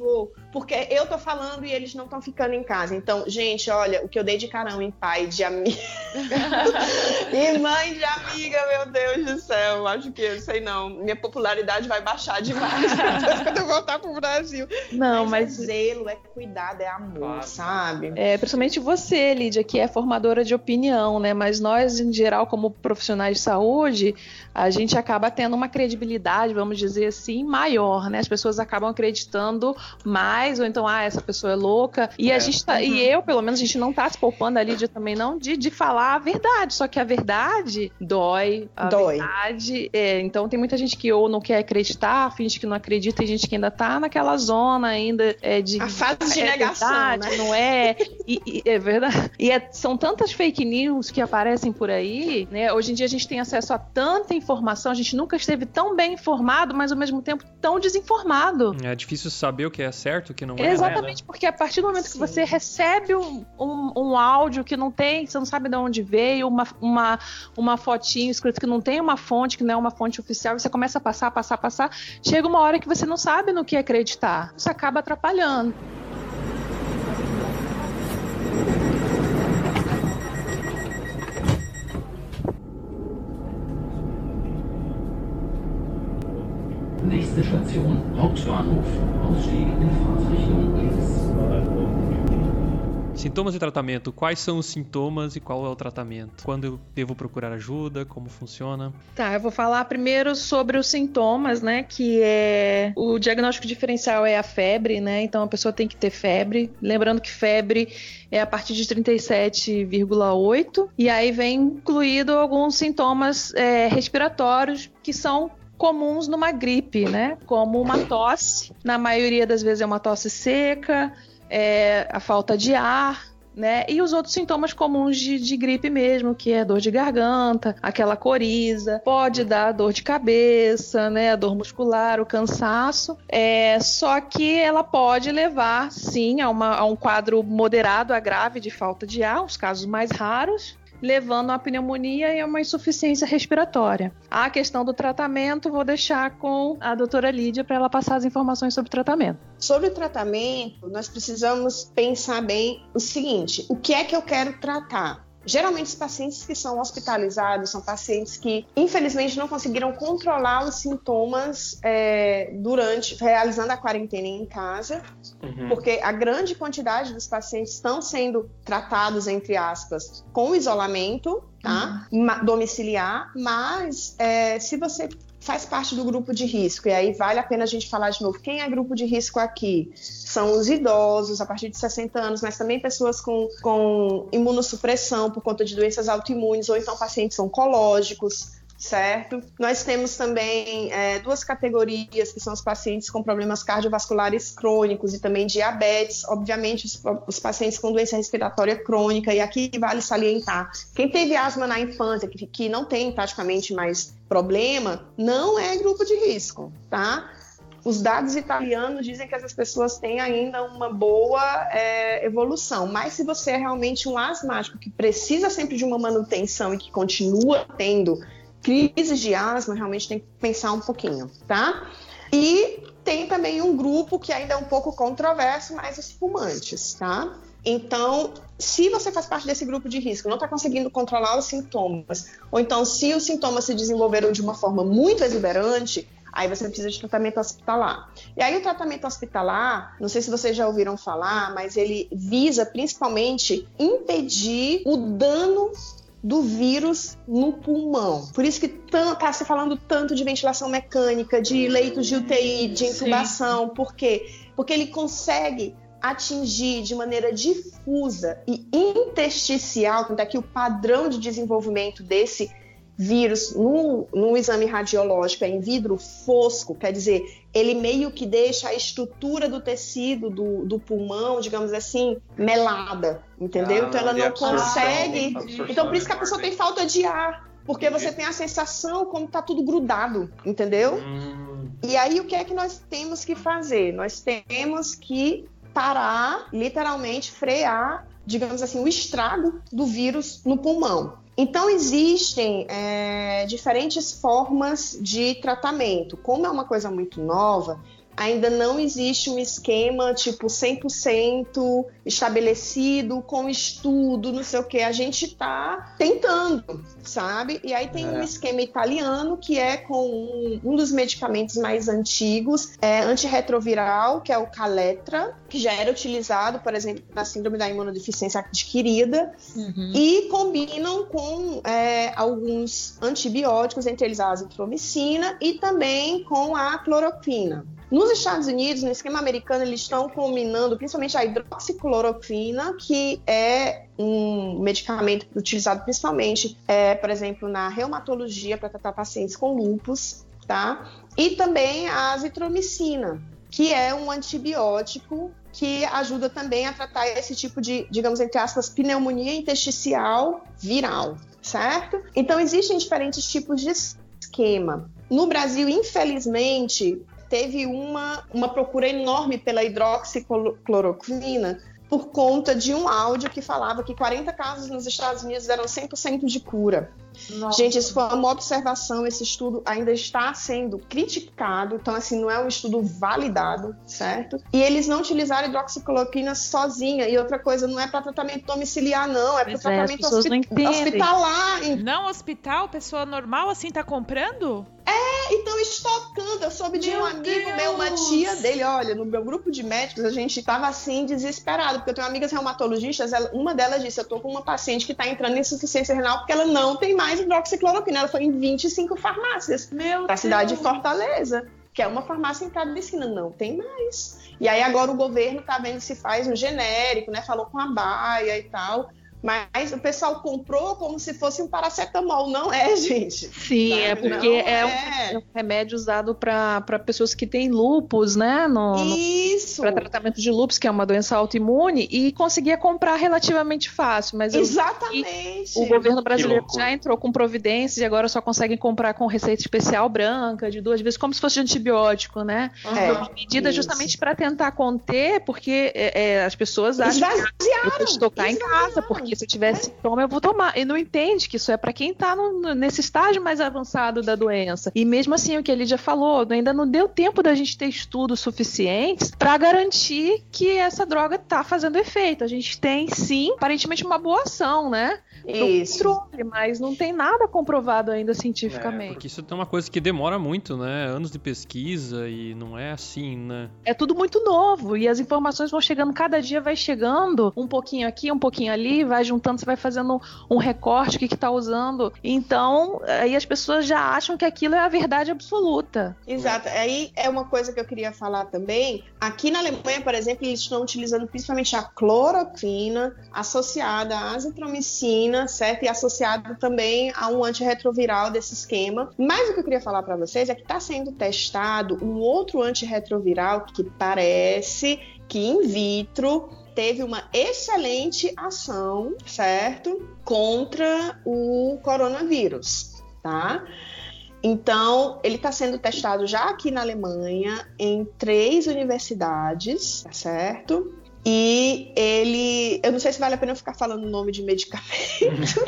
porque eu tô falando e eles não estão ficando em casa. Então, gente, olha, o que eu dei de carão em pai de amiga e mãe de amiga, meu Deus do céu, acho que, eu sei não, minha popularidade vai baixar demais quando eu voltar pro Brasil. Não, mas, mas... é zelo, é cuidado, é amor, claro. Sabe? É, principalmente você, Lídia, que é formadora de opinião, né? Mas nós, em geral, como profissionais de saúde, a gente acaba tendo uma credibilidade, vamos dizer assim, maior, né? As pessoas acabam acreditando mais, ou então, ah, essa pessoa é louca. E, é. a gente tá, uhum. e eu, pelo menos, a gente não tá se poupando, a Lídia também não, de, de falar a verdade. Só que a verdade dói. A dói. verdade, é, então tem muita gente que ou não quer acreditar, finge que não acredita, tem gente que ainda tá naquela zona ainda é, de... A fase de é negação, verdade, né? Não é... E, e, é verdade. E é, são tantas fake news que aparecem por aí, né? Hoje em dia a gente tem acesso a tanta informação, a gente nunca esteve tão bem informado, mas ao mesmo tempo tão desinformado. É difícil saber o que é certo, o que não é. Exatamente, né? Porque a partir do momento Sim. que você recebe um, um, um áudio que não tem, você não sabe de onde veio, uma, uma, uma fotinho escrito que não tem uma fonte, que não é uma fonte oficial, e você começa a passar, passar, passar, chega uma hora que você não sabe no que acreditar. Isso acaba atrapalhando. Nächste Station, Hauptbahnhof. Ausstieg in Fahrtrichtung links. Sintomas e tratamento. Quais são os sintomas e qual é o tratamento? Quando eu devo procurar ajuda? Como funciona? Tá, eu vou falar primeiro sobre os sintomas, né? Que é... O diagnóstico diferencial é a febre, né? Então a pessoa tem que ter febre. Lembrando que febre é a partir de trinta e sete vírgula oito. E aí vem incluído alguns sintomas é, respiratórios que são comuns numa gripe, né? Como uma tosse. Na maioria das vezes é uma tosse seca, é a falta de ar, né? E os outros sintomas comuns de, de gripe mesmo, que é dor de garganta, aquela coriza, pode dar dor de cabeça, né? A dor muscular, o cansaço. É, só que ela pode levar, sim, a, uma, a um quadro moderado a grave de falta de ar, os casos mais raros, levando a uma pneumonia e a uma insuficiência respiratória. A questão do tratamento, vou deixar com a doutora Lídia para ela passar as informações sobre o tratamento. Sobre o tratamento, nós precisamos pensar bem o seguinte: o que é que eu quero tratar? Geralmente os pacientes que são hospitalizados são pacientes que, infelizmente, não conseguiram controlar os sintomas é, durante, realizando a quarentena em casa, uhum. porque a grande quantidade dos pacientes estão sendo tratados, entre aspas, com isolamento, tá? Uhum. domiciliar, mas é, se você faz parte do grupo de risco, e aí vale a pena a gente falar de novo, quem é grupo de risco aqui? São os idosos, a partir de sessenta anos, mas também pessoas com, com imunossupressão por conta de doenças autoimunes, ou então pacientes oncológicos, certo? Nós temos também é, duas categorias, que são os pacientes com problemas cardiovasculares crônicos e também diabetes, obviamente os, os pacientes com doença respiratória crônica, e aqui vale salientar, quem teve asma na infância, que, que não tem praticamente mais problema, não é grupo de risco, tá? Os dados italianos dizem que essas pessoas têm ainda uma boa é, evolução, mas se você é realmente um asmático que precisa sempre de uma manutenção e que continua tendo crises de asma, realmente tem que pensar um pouquinho, tá? E tem também um grupo que ainda é um pouco controverso, mas os fumantes, tá? Então, se você faz parte desse grupo de risco, não está conseguindo controlar os sintomas, ou então se os sintomas se desenvolveram de uma forma muito exuberante, aí você precisa de tratamento hospitalar. E aí o tratamento hospitalar, não sei se vocês já ouviram falar, mas ele visa principalmente impedir o dano do vírus no pulmão. Por isso que está se falando tanto de ventilação mecânica, de leitos de U T I, de intubação. Sim. Por quê? Porque ele consegue atingir de maneira difusa e intersticial, tanto é que o padrão de desenvolvimento desse vírus no, no exame radiológico é em vidro fosco, quer dizer, ele meio que deixa a estrutura do tecido do, do pulmão, digamos assim, melada, entendeu? Ah, então ela não absorção, consegue... Absorção, então por isso que a pessoa tem falta de ar, porque você tem a sensação como tá tudo grudado, entendeu? Hum. E aí o que é que nós temos que fazer? Nós temos que parar, literalmente frear, digamos assim, o estrago do vírus no pulmão. Então, existem é, diferentes formas de tratamento. Como é uma coisa muito nova, ainda não existe um esquema, tipo, cem por cento estabelecido, com estudo, não sei o que. A gente tá tentando, sabe? E aí tem é. um esquema italiano, que é com um, um dos medicamentos mais antigos, é antirretroviral, que é o Kaletra, que já era utilizado, por exemplo, na síndrome da imunodeficiência adquirida, uhum. e combinam com é, alguns antibióticos, entre eles a azitromicina, e também com a cloroquina. Nos Estados Unidos, no esquema americano, eles estão combinando principalmente a hidroxicloroquina, que é um medicamento utilizado principalmente, é, por exemplo, na reumatologia para tratar pacientes com lúpus, tá? E também a azitromicina, que é um antibiótico que ajuda também a tratar esse tipo de, digamos, entre aspas, pneumonia intersticial viral, certo? Então, existem diferentes tipos de esquema. No Brasil, infelizmente, teve uma, uma procura enorme pela hidroxicloroquina por conta de um áudio que falava que quarenta casos nos Estados Unidos eram cem por cento de cura. Nossa. Gente, isso foi uma observação, esse estudo ainda está sendo criticado, então assim, não é um estudo validado, certo? E eles não utilizaram hidroxicloroquina sozinha, e outra coisa, não é para tratamento domiciliar não, é para tratamento é, hospi- hospitalar. Não hospital? Pessoa normal assim tá comprando? É, então estocando, eu soube de meu um amigo Deus. meu, uma tia dele, olha, no meu grupo de médicos a gente tava assim desesperado, porque eu tenho amigas reumatologistas, ela, uma delas disse, eu tô com uma paciente que tá entrando em insuficiência renal porque ela não tem mais hidroxicloroquina, ela foi em vinte e cinco farmácias meu da cidade de Fortaleza, que é uma farmácia em cada esquina, não tem mais. E aí agora o governo tá vendo se faz um genérico, né, falou com a Baia e tal. Mas o pessoal comprou como se fosse um paracetamol, não é, gente? Sim, sabe? É porque é, é. Um, um remédio usado para pessoas que têm lúpus, né? No, Isso! Para tratamento de lúpus, que é uma doença autoimune, e conseguia comprar relativamente fácil. Mas exatamente! O governo brasileiro já entrou com providências e agora só conseguem comprar com receita especial branca, de duas vezes, como se fosse de antibiótico, né? É, uma medida isso. justamente para tentar conter, porque é, é, as pessoas acham Esvaziaram. que eu tocar em casa, porque se eu tiver sintoma, eu vou tomar. E não entende que isso é para quem tá no, nesse estágio mais avançado da doença. E mesmo assim, o que a Lídia falou, ainda não deu tempo da gente ter estudos suficientes para garantir que essa droga tá fazendo efeito. A gente tem, sim, aparentemente uma boa ação, né? Isso. Controle, mas não tem nada comprovado ainda cientificamente. É, porque isso é uma coisa que demora muito, né? Anos de pesquisa e não é assim, né? É tudo muito novo e as informações vão chegando, cada dia vai chegando, um pouquinho aqui, um pouquinho ali, vai juntando, você vai fazendo um recorte, o que que tá usando. Então, aí as pessoas já acham que aquilo é a verdade absoluta. Exato. Aí é uma coisa que eu queria falar também. Aqui na Alemanha, por exemplo, eles estão utilizando principalmente a cloroquina associada à azitromicina, certo? E associado também a um antirretroviral desse esquema. Mas o que eu queria falar para vocês é que está sendo testado um outro antirretroviral que parece que in vitro teve uma excelente ação, certo? Contra o coronavírus, tá? Então, ele está sendo testado já aqui na Alemanha em três universidades, certo? E ele, eu não sei se vale a pena eu ficar falando o nome de medicamento,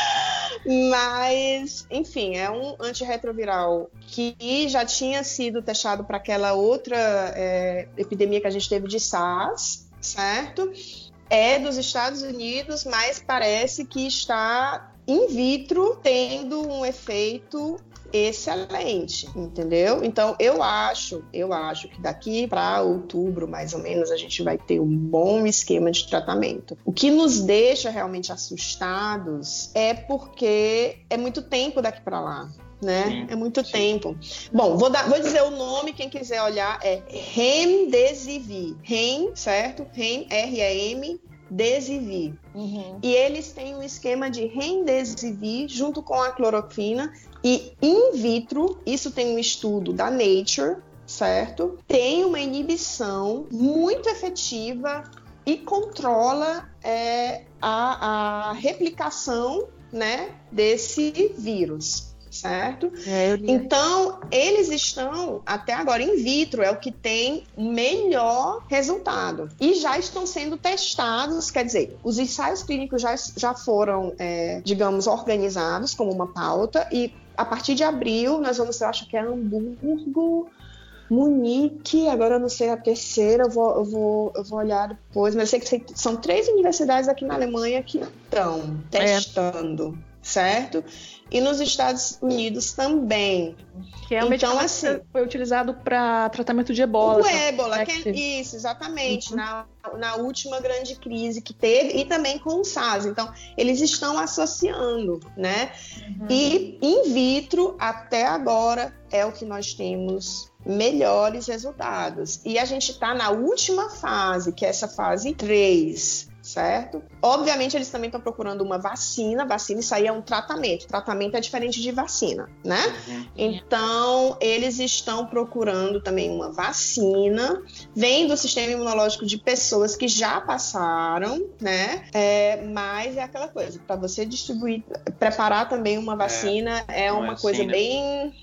mas, enfim, é um antirretroviral que já tinha sido testado para aquela outra é, epidemia que a gente teve de SARS, certo? É dos Estados Unidos, mas parece que está in vitro tendo um efeito excelente, entendeu? Então eu acho, eu acho que daqui para outubro, mais ou menos, a gente vai ter um bom esquema de tratamento. O que nos deixa realmente assustados é porque é muito tempo daqui para lá. Né? Sim, é muito sim. tempo. Bom, vou, dar, vou dizer o nome, quem quiser olhar, é Remdesivir. Rem, certo? Rem, R E M, Desivir. Uhum. E eles têm um esquema de Remdesivir junto com a cloroquina e in vitro, isso tem um estudo da Nature, certo? Tem uma inibição muito efetiva e controla é, a, a replicação, né, desse vírus. Certo? É, então, eles estão, até agora, in vitro, é o que tem melhor resultado. E já estão sendo testados, quer dizer, os ensaios clínicos já, já foram, é, digamos, organizados como uma pauta, e a partir de abril nós vamos, eu acho que é Hamburgo, Munique, agora eu não sei a terceira, eu vou, eu vou, eu vou olhar depois, mas eu sei que são três universidades aqui na Alemanha que estão testando, é. certo? E nos Estados Unidos também. Que é um então, assim, que foi utilizado para tratamento de ebola. O ébola, que é, isso, exatamente, uhum. na, na última grande crise que teve, e também com o SARS. Então, eles estão associando, né? Uhum. E in vitro, até agora, é o que nós temos melhores resultados. E a gente está na última fase, que é essa fase três. Certo? Obviamente, eles também estão procurando uma vacina. Vacina, isso aí é um tratamento. Tratamento é diferente de vacina, né? Uhum. Então, eles estão procurando também uma vacina. Vem do sistema imunológico de pessoas que já passaram, né? É, mas é aquela coisa, para você distribuir, preparar também uma vacina é, é uma coisa assim, bem né?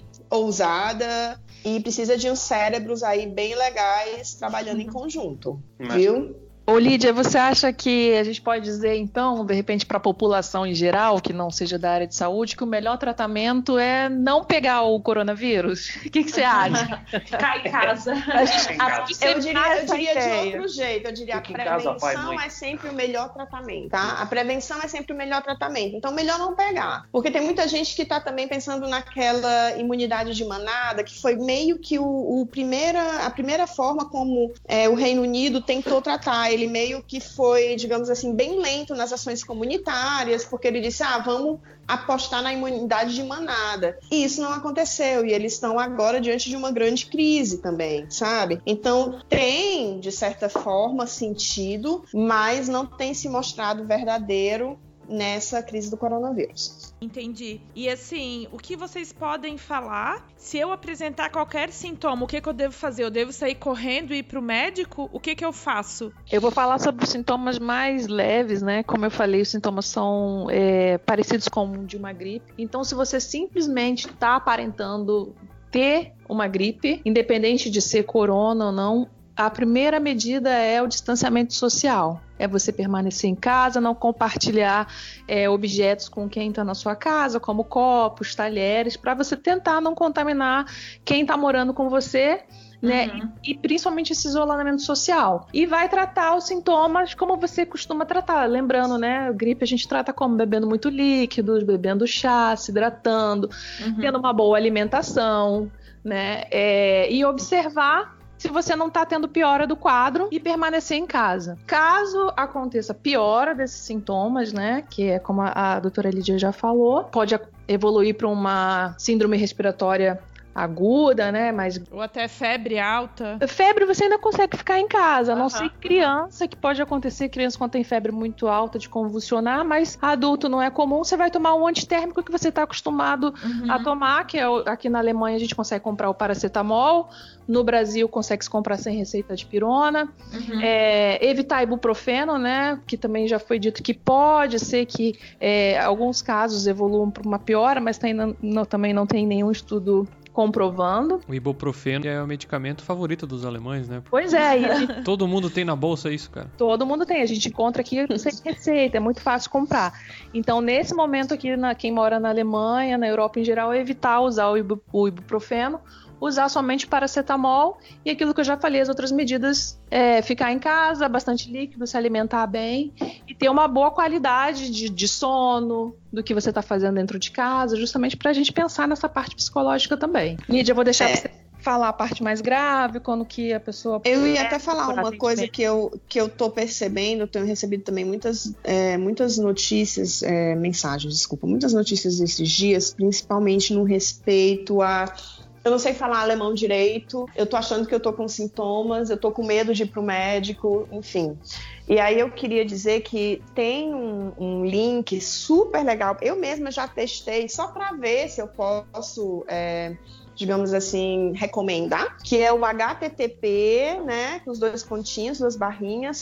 ousada e precisa de uns cérebros aí bem legais trabalhando em conjunto, mas... viu? Ô Lídia, você acha que a gente pode dizer, então, de repente, para a população em geral, que não seja da área de saúde, que o melhor tratamento é não pegar o coronavírus? O que, que você acha? Ficar em casa. A gente, a, eu diria, eu diria de outro jeito. Eu diria que a prevenção é sempre o melhor tratamento, tá? A prevenção é sempre o melhor tratamento. Então, melhor não pegar. Porque tem muita gente que está também pensando naquela imunidade de manada, que foi meio que o, o primeira, a primeira forma como é, o Reino Unido tentou tratar. Ele meio que foi, digamos assim, bem lento nas ações comunitárias, porque ele disse, ah, vamos apostar na imunidade de manada. E isso não aconteceu, e eles estão agora diante de uma grande crise também, sabe? Então, tem, de certa forma, sentido, mas não tem se mostrado verdadeiro nessa crise do coronavírus. Entendi. E assim, o que vocês podem falar? Se eu apresentar qualquer sintoma, o que, que eu devo fazer? Eu devo sair correndo e ir pro médico? O que que eu faço? Eu vou falar sobre os sintomas mais leves, né? Como eu falei, os sintomas são é, parecidos com o de uma gripe. Então, se você simplesmente está aparentando ter uma gripe, independente de ser corona ou não, a primeira medida é o distanciamento social. É você permanecer em casa, não compartilhar é, objetos com quem está na sua casa, como copos, talheres, para você tentar não contaminar quem está morando com você, né? Uhum. E, e principalmente esse isolamento social. E vai tratar os sintomas como você costuma tratar. Lembrando, né? Gripe a gente trata como bebendo muito líquidos, bebendo chá, se hidratando, uhum. tendo uma boa alimentação, né? É, e observar se você não está tendo piora do quadro e permanecer em casa. Caso aconteça piora desses sintomas, né, que é como a, a doutora Lídia já falou, pode evoluir para uma síndrome respiratória aguda, né, mas... Ou até febre alta. Febre você ainda consegue ficar em casa, a não ser criança, que pode acontecer, criança quando tem febre muito alta de convulsionar, mas adulto não é comum, você vai tomar um antitérmico que você está acostumado uhum. a tomar, que é o, aqui na Alemanha a gente consegue comprar o paracetamol, no Brasil consegue se comprar sem receita de pirona, uhum. é, evitar ibuprofeno, né, que também já foi dito que pode ser que é, alguns casos evoluam para uma piora, mas tem, não, não, também não tem nenhum estudo comprovando. O ibuprofeno é o medicamento favorito dos alemães, né? Pois é. E gente... Todo mundo tem na bolsa isso, cara. Todo mundo tem. A gente encontra aqui sem receita, é muito fácil comprar. Então, nesse momento aqui, na, quem mora na Alemanha, na Europa em geral, é evitar usar o, ibu, o ibuprofeno, usar somente paracetamol e aquilo que eu já falei, as outras medidas, é ficar em casa, bastante líquido, se alimentar bem e ter uma boa qualidade de, de sono, do que você está fazendo dentro de casa, justamente para a gente pensar nessa parte psicológica também. Lídia, eu vou deixar é. você falar a parte mais grave, quando que a pessoa... Eu ia até falar uma coisa que eu, que eu tô percebendo, eu tenho recebido também muitas, é, muitas notícias, é, mensagens, desculpa, muitas notícias esses dias, principalmente no respeito a... Eu não sei falar alemão direito, eu tô achando que eu tô com sintomas, eu tô com medo de ir pro médico, enfim. E aí eu queria dizer que tem um, um link super legal, eu mesma já testei só para ver se eu posso, é, digamos assim, recomendar, que é o H T T P, né, com os dois pontinhos, duas barrinhas,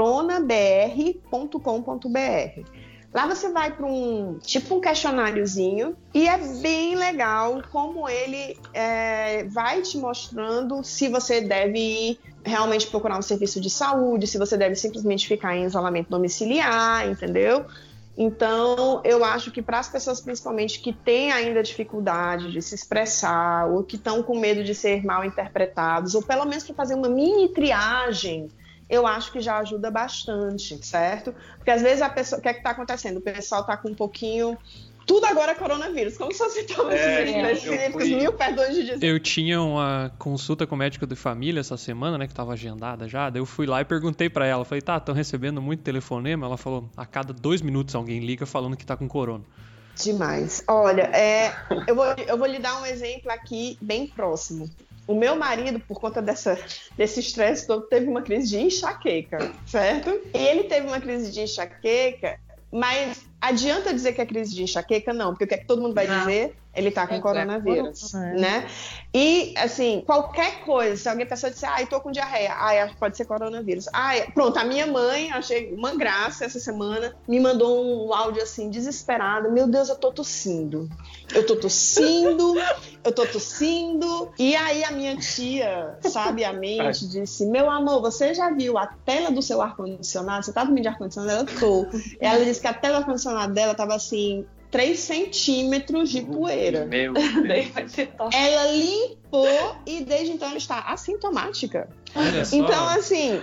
coronabr ponto com ponto b r. Lá você vai para um, tipo um questionáriozinho, e é bem legal como ele é, vai te mostrando se você deve ir realmente procurar um serviço de saúde, se você deve simplesmente ficar em isolamento domiciliar, entendeu? Então, eu acho que para as pessoas, principalmente, que têm ainda dificuldade de se expressar, ou que estão com medo de ser mal interpretados, ou pelo menos para fazer uma mini triagem, eu acho que já ajuda bastante, certo? Porque às vezes a pessoa, o que é que está acontecendo? O pessoal está com um pouquinho... Tudo agora é coronavírus, como são sintomas é, específicos, fui... mil perdões de dizer. Eu tinha uma consulta com o médico de família essa semana, né, que estava agendada já, daí eu fui lá e perguntei pra ela, falei, tá, estão recebendo muito telefonema? Ela falou, a cada dois minutos alguém liga falando que tá com corona. Demais. Olha, é, eu, vou, eu vou lhe dar um exemplo aqui bem próximo. O meu marido, por conta dessa, desse estresse todo, teve uma crise de enxaqueca, certo? E ele teve uma crise de enxaqueca, mas adianta dizer que é crise de enxaqueca? Não, porque o que é que todo mundo vai não. dizer? Ele tá com é, coronavírus, é. né? E, assim, qualquer coisa, se alguém pensar dizer, ai, tô com diarreia, ai, pode ser coronavírus. Ai, pronto, a minha mãe, achei uma graça essa semana, me mandou um áudio, assim, desesperado. Meu Deus, eu tô tossindo. Eu tô tossindo, eu tô tossindo. E aí a minha tia, sabiamente, disse, meu amor, você já viu a tela do seu ar-condicionado? Você tá dormindo de ar-condicionado? Ela tô. Ela disse que a tela do ar-condicionado dela tava, assim... três centímetros de poeira. Meu Deus. Ela limpou e desde então ela está assintomática. Então, assim,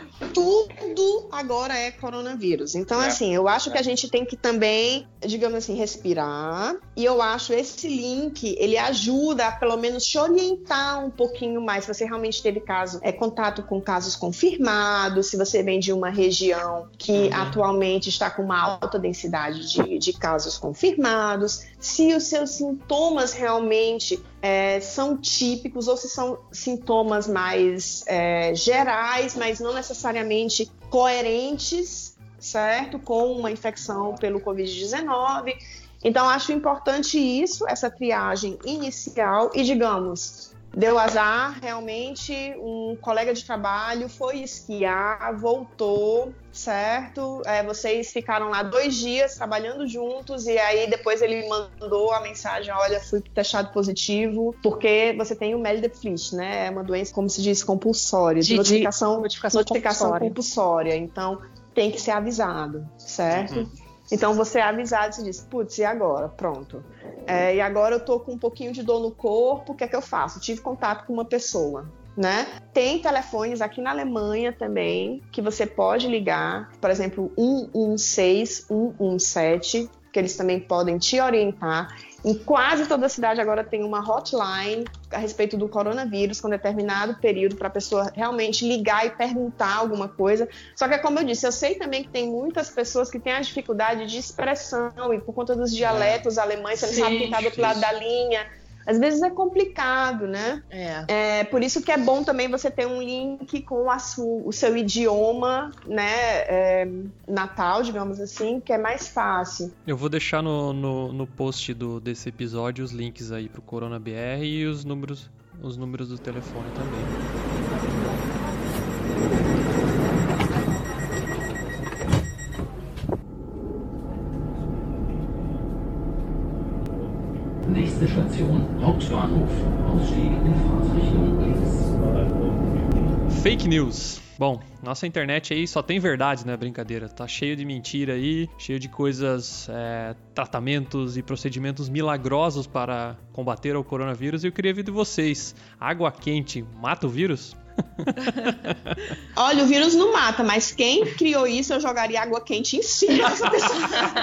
tudo agora é coronavírus. Então, é. assim, eu acho é. que a gente tem que também, digamos assim, respirar. E eu acho esse link, ele ajuda a pelo menos te orientar um pouquinho mais. Se você realmente teve caso, é, contato com casos confirmados, se você vem de uma região que uhum. atualmente está com uma alta densidade de, de casos confirmados, se os seus sintomas realmente é, são típicos ou se são sintomas mais é, gerais, mas não necessariamente coerentes, certo? Com uma infecção pelo covid dezenove. Então, acho importante isso, essa triagem inicial e, digamos, deu azar, realmente, um colega de trabalho foi esquiar, voltou, certo? É, vocês ficaram lá dois dias trabalhando juntos e aí depois ele mandou a mensagem, olha, fui testado positivo, porque você tem o Meldeplicht, né? É uma doença, como se diz, compulsória, de, de notificação, notificação, notificação compulsória. compulsória. Então, tem que ser avisado, certo? Uhum. Então, você é avisado e você diz, putz, e agora? Pronto. É, e agora eu tô com um pouquinho de dor no corpo, o que é que eu faço? Tive contato com uma pessoa, né? Tem telefones aqui na Alemanha também, que você pode ligar, por exemplo, um um seis, um um sete, que eles também podem te orientar. Em quase toda a cidade agora tem uma hotline a respeito do coronavírus, com determinado período, para a pessoa realmente ligar e perguntar alguma coisa. Só que, como eu disse, eu sei também que tem muitas pessoas que têm a dificuldade de expressão e por conta dos dialetos é. alemães, você não sabe quem está do outro lado da linha. Às vezes é complicado, né? É. É por isso que é bom também você ter um link com a su, o seu idioma, né, é, natal, digamos assim, que é mais fácil. Eu vou deixar no, no, no post do, desse episódio os links aí pro Corona B R e os números, os números do telefone também. Nächste Station, Hauptbahnhof. Ausstieg in Fahrtrichtung links. Fake news. Bom, nossa internet aí só tem verdade, né? Brincadeira. Tá cheio de mentira aí, cheio de coisas, é, tratamentos e procedimentos milagrosos para combater o coronavírus. E eu queria ver de vocês. Água quente mata o vírus? Olha, o vírus não mata, mas quem criou isso, eu jogaria água quente em cima dessa pessoa.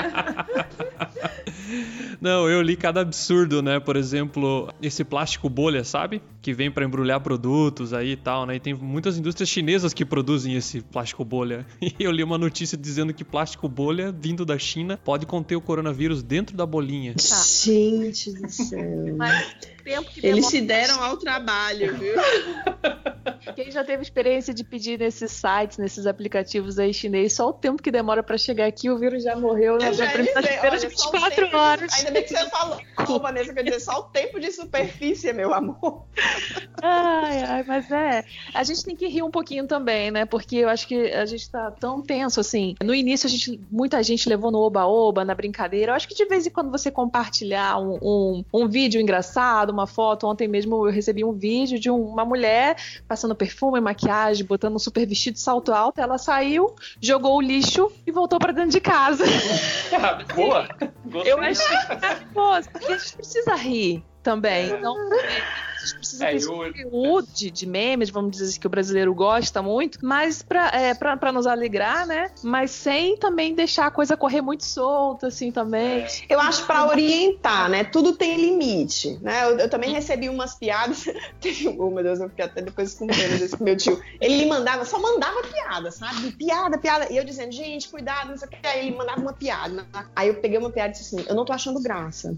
Não, eu li cada absurdo, né? Por exemplo, esse plástico bolha, sabe? Que vem para embrulhar produtos aí e tal, né? E tem muitas indústrias chinesas que produzem esse plástico bolha. E eu li uma notícia dizendo que plástico bolha, vindo da China, pode conter o coronavírus dentro da bolinha. Tá. Gente do céu. Mas tempo que eles se deram ao trabalho, viu? Quem já teve experiência de pedir nesses sites, nesses aplicativos aí chineses, só o tempo que demora pra chegar aqui, o vírus já morreu na primeira de vinte e quatro horas. Ainda bem que você falou. Oh, Vanessa, quer dizer, só o tempo de superfície, meu amor. Ai, ai, mas é. A gente tem que rir um pouquinho também, né? Porque eu acho que a gente tá tão tenso, assim. No início, a gente, muita gente levou no oba-oba, na brincadeira. Eu acho que de vez em quando você compartilhar enviar um, um, um vídeo engraçado, uma foto. Ontem mesmo eu recebi um vídeo de uma mulher passando perfume, maquiagem, botando um super vestido, salto alto. Ela saiu, jogou o lixo e voltou pra dentro de casa. Boa! Gostei. Eu achei maravilhoso, porque a gente precisa rir também. Então, a gente precisa É, ter esse eu- conteúdo de, de memes, vamos dizer assim, que o brasileiro gosta muito, mas pra, é, pra, pra nos alegrar, né? Mas sem também deixar a coisa correr muito solta, assim, também. Eu acho pra orientar, né? Tudo tem limite, né? Eu, eu também recebi umas piadas. Teve um- oh, meu Deus, eu fiquei até depois com pena desse meu tio. Ele mandava, só mandava piada, sabe? Piada, piada. E eu dizendo, gente, cuidado, não sei o que. Aí ele mandava uma piada. Aí eu peguei uma piada e disse assim, eu não tô achando graça.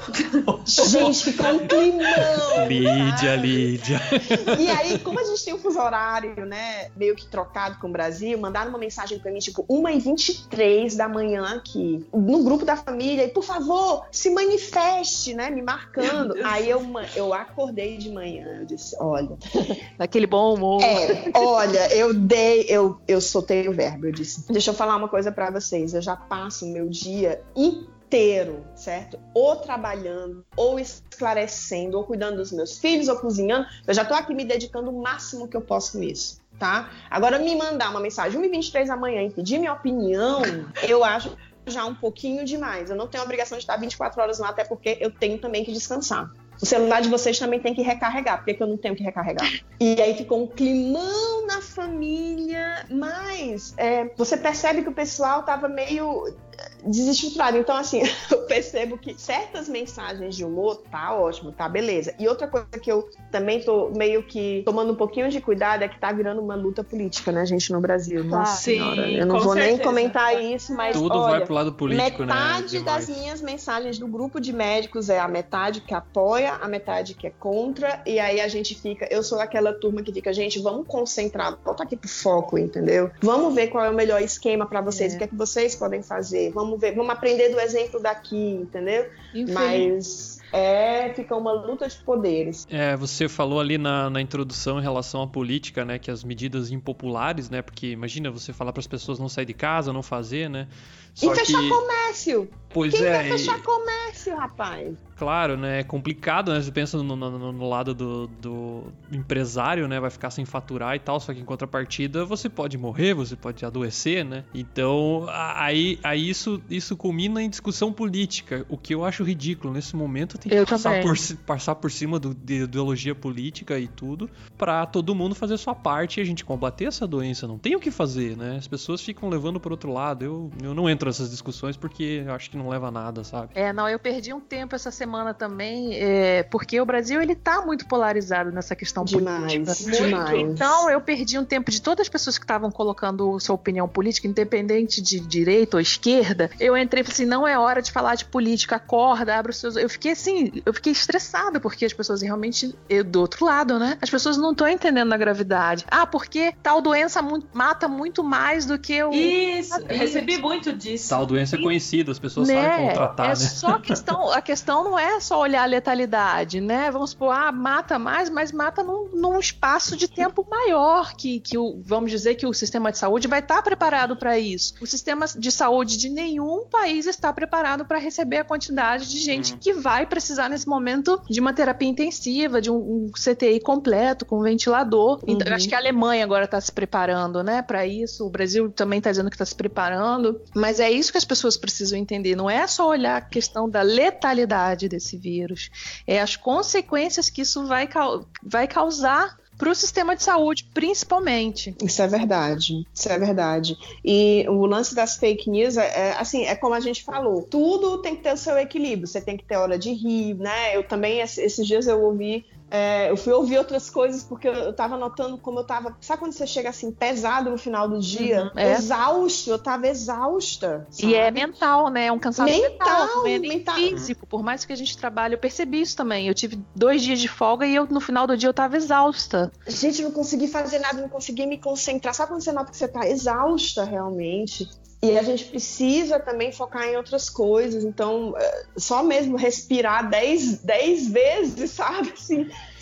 Gente, ficou um climão. Lídia, Lídia. E aí, como a gente tem um fuso horário, né, meio que trocado com o Brasil, mandaram uma mensagem pra mim, tipo, uma e vinte e três da manhã aqui, no grupo da família, e por favor, se manifeste, né, me marcando. Aí eu, ma- eu acordei de manhã, eu disse, olha, Daquele bom humor. é, olha, eu dei, eu, eu soltei o verbo, eu disse, deixa eu falar uma coisa pra vocês, eu já passo o meu dia inteiro, certo? Ou trabalhando, ou esclarecendo, ou cuidando dos meus filhos, ou cozinhando. Eu já tô aqui me dedicando o máximo que eu posso com isso, tá? Agora, me mandar uma mensagem uma e vinte e três da manhã e pedir minha opinião, eu acho já um pouquinho demais. Eu não tenho a obrigação de estar vinte e quatro horas lá, até porque eu tenho também que descansar. O celular de vocês também tem que recarregar. Por que que eu não tenho que recarregar? E aí ficou um climão na família, mas é, você percebe que o pessoal tava meio desestruturado. Então, assim, eu percebo que certas mensagens de humor tá ótimo, tá beleza. E outra coisa que eu também tô meio que tomando um pouquinho de cuidado é que tá virando uma luta política, né, gente, no Brasil. Nossa Sim, senhora, eu não com vou nem certeza. comentar isso, mas Tudo olha, vai pro lado político, metade né? das Demais. minhas mensagens do grupo de médicos é a metade que apoia, a metade que é contra, e aí a gente fica, eu sou aquela turma que fica, gente, vamos concentrar, volta aqui pro foco, entendeu? Vamos ver qual é o melhor esquema pra vocês, É. o que é que vocês podem fazer, vamos ver, vamos aprender do exemplo daqui, entendeu? Infeliz- Mas é, fica uma luta de poderes. É, você falou ali na, na introdução em relação à política, né, que as medidas impopulares, né, porque imagina você falar para as pessoas não sair de casa, não fazer, né, só e fechar que, comércio! pois Quem é, vai e- fechar comércio, rapaz? claro, né, é complicado, né, você pensa no, no- no lado do, do empresário, né, vai ficar sem faturar e tal, só que em contrapartida você pode morrer, você pode adoecer, né, então a- aí, aí isso, isso culmina em discussão política, o que eu acho ridículo, nesse momento tem que Eu passar também. por, ci- passar por cima do, de ideologia política e tudo, pra todo mundo fazer a sua parte e a gente combater essa doença, não tem o que fazer, né, as pessoas ficam levando pro outro lado, eu, eu não entro nessas discussões porque eu acho que não leva a nada, sabe? É, não, eu perdi um tempo essa semana também, é, porque o Brasil, ele tá muito polarizado nessa questão Demais, política. demais. Então, eu perdi um tempo de todas as pessoas que estavam colocando sua opinião política, independente de direita ou esquerda. Eu entrei e falei assim, não é hora de falar de política, acorda, abre os seus... Eu fiquei assim, eu fiquei estressada, porque as pessoas realmente, eu, do outro lado, né? As pessoas não estão entendendo a gravidade. Ah, porque tal doença mu- mata muito mais do que o... Isso, Sabia. recebi muito disso. Tal doença é conhecida, as pessoas Né? sabem como tratar, é né? só questão, a questão não é só olhar a letalidade, né? Vamos supor, ah, mata mais, mas mata num, num espaço de tempo maior, que, que o, vamos dizer que o sistema de saúde vai estar preparado para isso. O sistema de saúde de nenhum país está preparado para receber a quantidade de gente Uhum. que vai precisar nesse momento de uma terapia intensiva, de um, um C T I completo, com ventilador. Então, eu Uhum. acho que a Alemanha agora está se preparando, né, para isso. O Brasil também está dizendo que está se preparando. Mas é isso que as pessoas precisam entender. Não é só olhar a questão da letalidade desse vírus. É as consequências que isso vai, cau- vai causar para o sistema de saúde, principalmente. Isso é verdade, isso é verdade. E o lance das fake news, é, é, assim, é como a gente falou, tudo tem que ter o seu equilíbrio, você tem que ter hora de rir, né? Eu também, esses dias eu ouvi, é, eu fui ouvir outras coisas, porque eu, eu tava notando como eu tava, sabe quando você chega assim, pesado no final do dia? Uhum, é. Exausto, eu tava exausta. E é sabe? mental, né? É um cansaço Mental, mental, não é nem mental. físico. Por mais que a gente trabalhe, eu percebi isso também. Eu tive dois dias de folga e eu, no final do dia eu tava exausta. Gente, não consegui fazer nada, não consegui me concentrar. Sabe quando você nota que você tá exausta realmente? E a gente precisa também focar em outras coisas. Então, só mesmo respirar dez, dez vezes, sabe? Assim,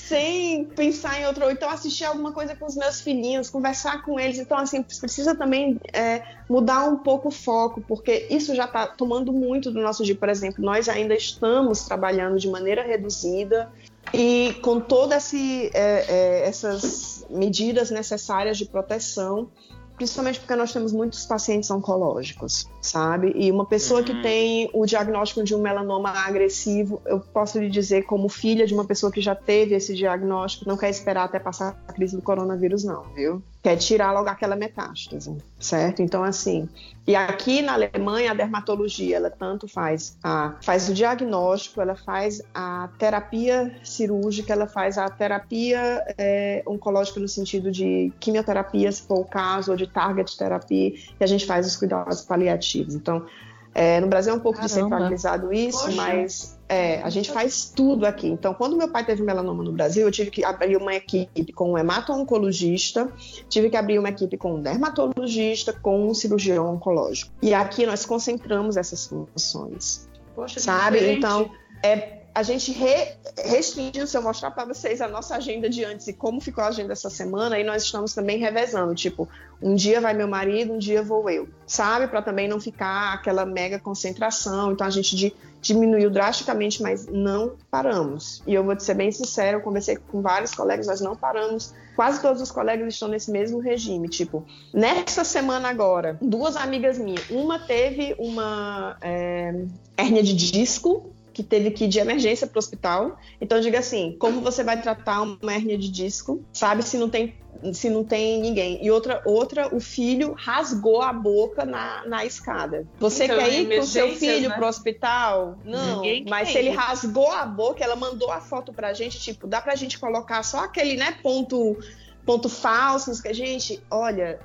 sem pensar em outra, ou então assistir alguma coisa com os meus filhinhos, conversar com eles. Então, assim, precisa também é, mudar um pouco o foco, porque isso já está tomando muito do nosso dia. Por exemplo, nós ainda estamos trabalhando de maneira reduzida e com todas é, é, essas medidas necessárias de proteção, principalmente porque nós temos muitos pacientes oncológicos, sabe? E uma pessoa que tem o diagnóstico de um melanoma agressivo, eu posso lhe dizer, como filha de uma pessoa que já teve esse diagnóstico, não quer esperar até passar a crise do coronavírus, não, viu? Quer tirar logo aquela metástase, certo? Então, assim, e aqui na Alemanha, a dermatologia, ela tanto faz, a, faz o diagnóstico, ela faz a terapia cirúrgica, ela faz a terapia é, oncológica no sentido de quimioterapia, se for o caso, ou de target terapia, e a gente faz os cuidados paliativos. Então, é, no Brasil é um pouco Caramba. descentralizado isso, Poxa. mas é, a gente faz tudo aqui. Então, quando meu pai teve melanoma no Brasil, eu tive que abrir uma equipe com um hemato-oncologista, tive que abrir uma equipe com um dermatologista, com um cirurgião oncológico. E aqui nós concentramos essas funções. Poxa, sabe? diferente. Então, é, a gente re, restringiu, se eu mostrar para vocês a nossa agenda de antes e como ficou a agenda essa semana, e nós estamos também revezando, tipo, um dia vai meu marido, um dia vou eu, sabe? Para também não ficar aquela mega concentração. Então a gente di, diminuiu drasticamente, mas não paramos. E eu vou te ser bem sincera, eu conversei com vários colegas, nós não paramos. Quase todos os colegas estão nesse mesmo regime. Tipo, nessa semana agora, duas amigas minhas, uma teve uma é, hérnia de disco, que teve que ir de emergência para o hospital. Então, diga assim, como você vai tratar uma hérnia de disco, sabe, se não tem, se não tem ninguém? E outra, outra, o filho rasgou a boca na, na escada. Você Então, quer ir com o seu filho né? para o hospital? Não, Ninguém mas quer se ele ir. rasgou a boca, ela mandou a foto pra gente, tipo, dá pra gente colocar só aquele, né, ponto... ponto falsos, que a gente, olha,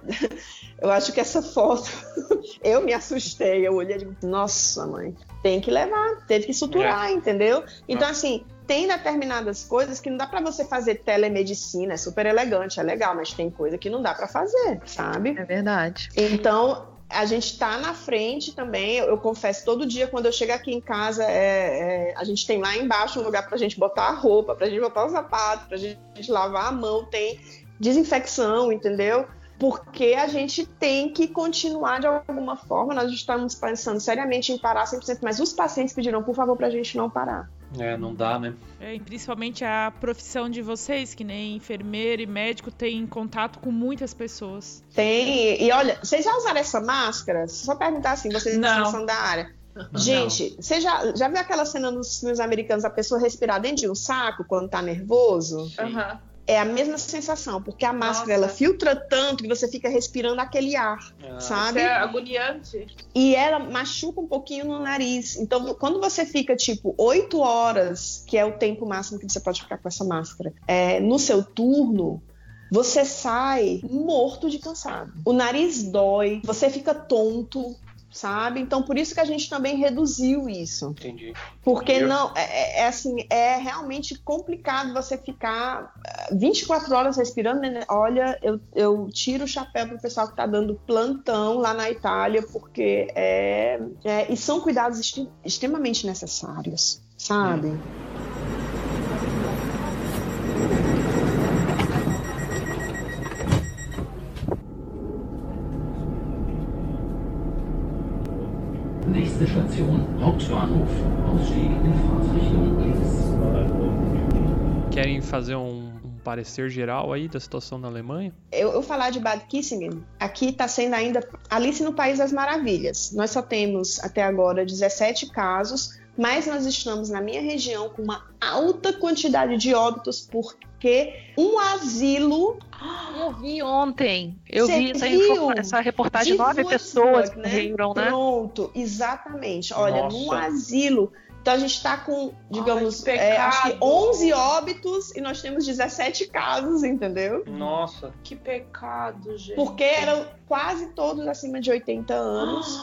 eu acho que essa foto, eu me assustei, eu olhei e digo, nossa mãe, tem que levar, teve que suturar, é. entendeu? Então assim, tem determinadas coisas que não dá pra você fazer telemedicina, é super elegante, é legal, mas tem coisa que não dá pra fazer, sabe? É verdade. Então, a gente tá na frente também, eu, eu confesso, todo dia quando eu chego aqui em casa, é, é, a gente tem lá embaixo um lugar pra gente botar a roupa, pra gente botar o sapato, pra gente lavar a mão, tem desinfecção, entendeu? Porque a gente tem que continuar de alguma forma, nós estamos pensando seriamente em parar cem por cento, mas os pacientes pediram, por favor, pra gente não parar. É, não dá, né? É, e principalmente a profissão de vocês, que nem enfermeiro e médico, tem contato com muitas pessoas. Tem, e olha, vocês já usaram essa máscara? Só perguntar assim, vocês não são da área. Gente, não. Você já, já viu aquela cena nos filmes americanos, a pessoa respirar dentro de um saco quando tá nervoso? Aham. Uhum. É a mesma sensação, porque a máscara, Nossa. ela filtra tanto que você fica respirando aquele ar, ah, sabe? Isso é agoniante. E ela machuca um pouquinho no nariz. Então, quando você fica, tipo, oito horas, que é o tempo máximo que você pode ficar com essa máscara, é, no seu turno, você sai morto de cansado. O nariz dói, você fica tonto, sabe? Então, por isso que a gente também reduziu isso. Entendi. Porque Entendi. não, é, é assim, é realmente complicado você ficar vinte e quatro horas respirando, né? Olha, eu, eu tiro o chapéu pro pessoal que tá dando plantão lá na Itália, porque é, é e são cuidados extre- extremamente necessários, sabe? Hum. Nächste Station, Hauptbahnhof. Ausstieg in Fahrtrichtung links. Querem fazer um, um parecer geral aí da situação na Alemanha? Eu, eu falar de Bad Kissingen, aqui está sendo ainda Alice no País das Maravilhas. Nós só temos até agora dezessete casos, mas nós estamos na minha região com uma alta quantidade de óbitos porque um asilo... Eu vi ontem, eu Cê vi essa, viu? essa reportagem, De nove Würzburg, pessoas né? morreram, né? Pronto, exatamente. Olha, Nossa. num asilo... Então a gente está com, digamos, Ai, que é, acho que pecado. onze óbitos e nós temos dezessete casos, entendeu? Nossa. Que pecado, gente. Porque eram quase todos acima de oitenta anos.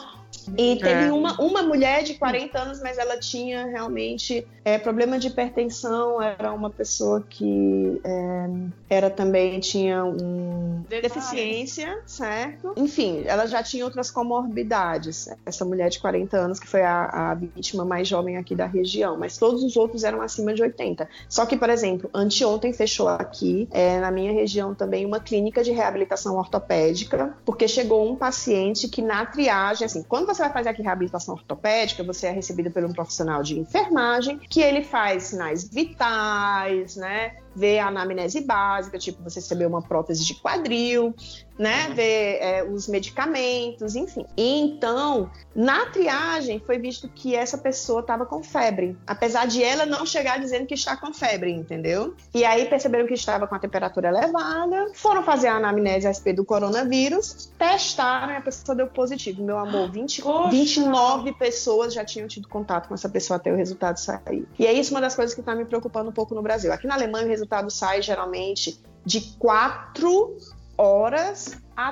E teve É. uma, uma mulher de quarenta anos, mas ela tinha realmente é, problema de hipertensão, era uma pessoa que é, era também, tinha um deficiência, certo? Enfim, ela já tinha outras comorbidades, essa mulher de quarenta anos, que foi a, a vítima mais jovem aqui da região, mas todos os outros eram acima de oitenta. Só que, por exemplo, anteontem fechou aqui, é, na minha região também, uma clínica de reabilitação ortopédica, porque chegou um paciente que na triagem, assim, quando você vai fazer aqui reabilitação ortopédica, você é recebido por um profissional de enfermagem, que ele faz sinais vitais, né? Ver a anamnese básica, tipo, você recebeu uma prótese de quadril, né? Uhum. Ver é, os medicamentos, enfim. E então, na triagem, foi visto que essa pessoa estava com febre, apesar de ela não chegar dizendo que está com febre, entendeu? E aí perceberam que estava com a temperatura elevada, foram fazer a anamnese a respeito do coronavírus, testaram e a pessoa deu positivo. Meu amor, vinte, vinte e nove pessoas já tinham tido contato com essa pessoa até o resultado sair. E é isso uma das coisas que está me preocupando um pouco no Brasil. Aqui na Alemanha, o resultado O resultado sai geralmente de quatro horas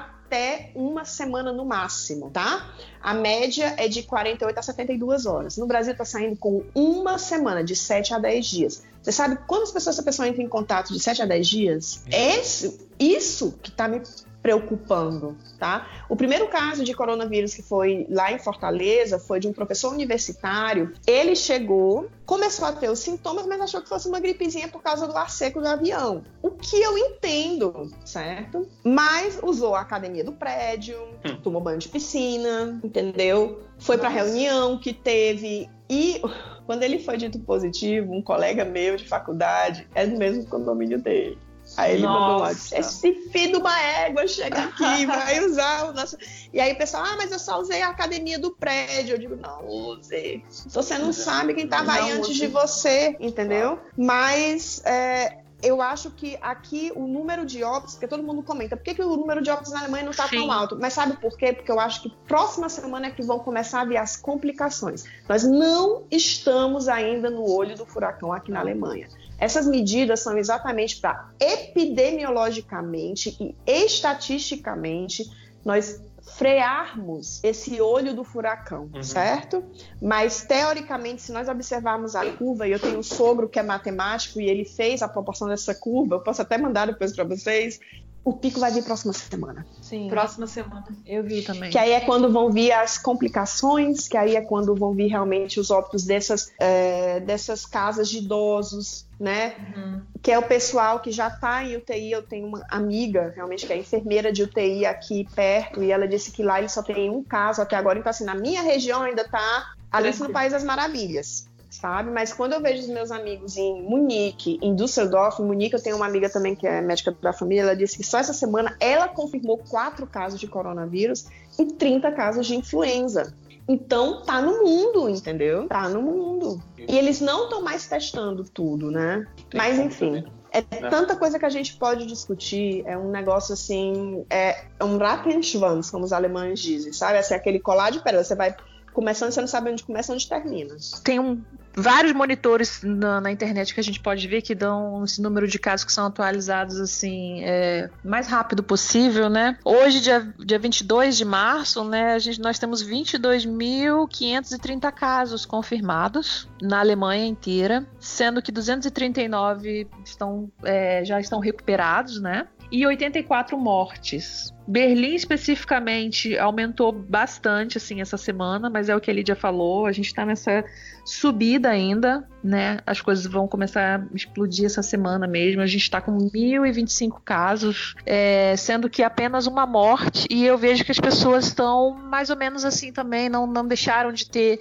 até uma semana no máximo, tá? A média é de quarenta e oito a setenta e duas horas. No Brasil está saindo com uma semana, de sete a dez dias. Você sabe quantas pessoas essa pessoa entra em contato de sete a dez dias? Esse, isso que está me preocupando, tá? O primeiro caso de coronavírus que foi lá em Fortaleza foi de um professor universitário. Ele chegou, começou a ter os sintomas, mas achou que fosse uma gripezinha por causa do ar seco do avião. O que eu entendo, certo? Mas usou a academia do prédio, hum. tomou banho de piscina, entendeu? Foi para reunião que teve e quando ele foi dito positivo, um colega meu de faculdade é do mesmo condomínio dele. Aí ele Nossa. mandou lá, esse filho de uma égua chega aqui, vai usar o nosso... E aí o pessoal, ah, mas eu só usei a academia do prédio. Eu digo, não use. Você não sabe quem estava aí antes use. de você, entendeu? Mas é, eu acho que aqui o número de óbitos, porque todo mundo comenta, por que, que o número de óbitos na Alemanha não está tão alto? Mas sabe por quê? Porque eu acho que próxima semana é que vão começar a vir as complicações. Nós não estamos ainda no olho do furacão aqui na Alemanha. Essas medidas são exatamente para epidemiologicamente e estatisticamente nós frearmos esse olho do furacão, uhum. certo? Mas, teoricamente, se nós observarmos a curva, e eu tenho um sogro que é matemático e ele fez a proporção dessa curva, eu posso até mandar depois para vocês, o pico vai vir próxima semana. Sim. Próxima semana. Eu vi também. Que aí é quando vão vir as complicações, que aí é quando vão vir realmente os óbitos dessas, é, dessas casas de idosos, né? Uhum. Que é o pessoal que já está em U T I. Eu tenho uma amiga, realmente, que é enfermeira de U T I aqui perto, e ela disse que lá ele só tem um caso até agora. Então, assim, na minha região ainda está Alice no País das Maravilhas. Sabe? Mas quando eu vejo os meus amigos em Munique, em Düsseldorf, em Munique eu tenho uma amiga também que é médica da família, ela disse que só essa semana ela confirmou quatro casos de coronavírus e trinta casos de influenza. Então tá no mundo, entendeu? Tá no mundo. E eles não estão mais testando tudo, né? Mas enfim, é tanta coisa que a gente pode discutir, é um negócio assim, é um Rattenschwanz, como os alemães dizem, sabe? Assim, aquele colar de pérola, você vai começando, você não sabe onde começa, onde termina. Tem um, vários monitores na, na internet que a gente pode ver que dão esse número de casos que são atualizados assim, é, mais rápido possível, né? Hoje, dia, dia vinte e dois de março, né, a gente, nós temos vinte e dois mil quinhentos e trinta casos confirmados na Alemanha inteira, sendo que duzentos e trinta e nove estão, é, já estão recuperados, né? E oitenta e quatro mortes. Berlim, especificamente, aumentou bastante, assim, essa semana, mas é o que a Lídia falou, a gente tá nessa subida ainda, né? As coisas vão começar a explodir essa semana mesmo. A gente tá com mil e vinte e cinco casos, é, sendo que apenas uma morte, e eu vejo que as pessoas estão mais ou menos assim também, não, não deixaram de ter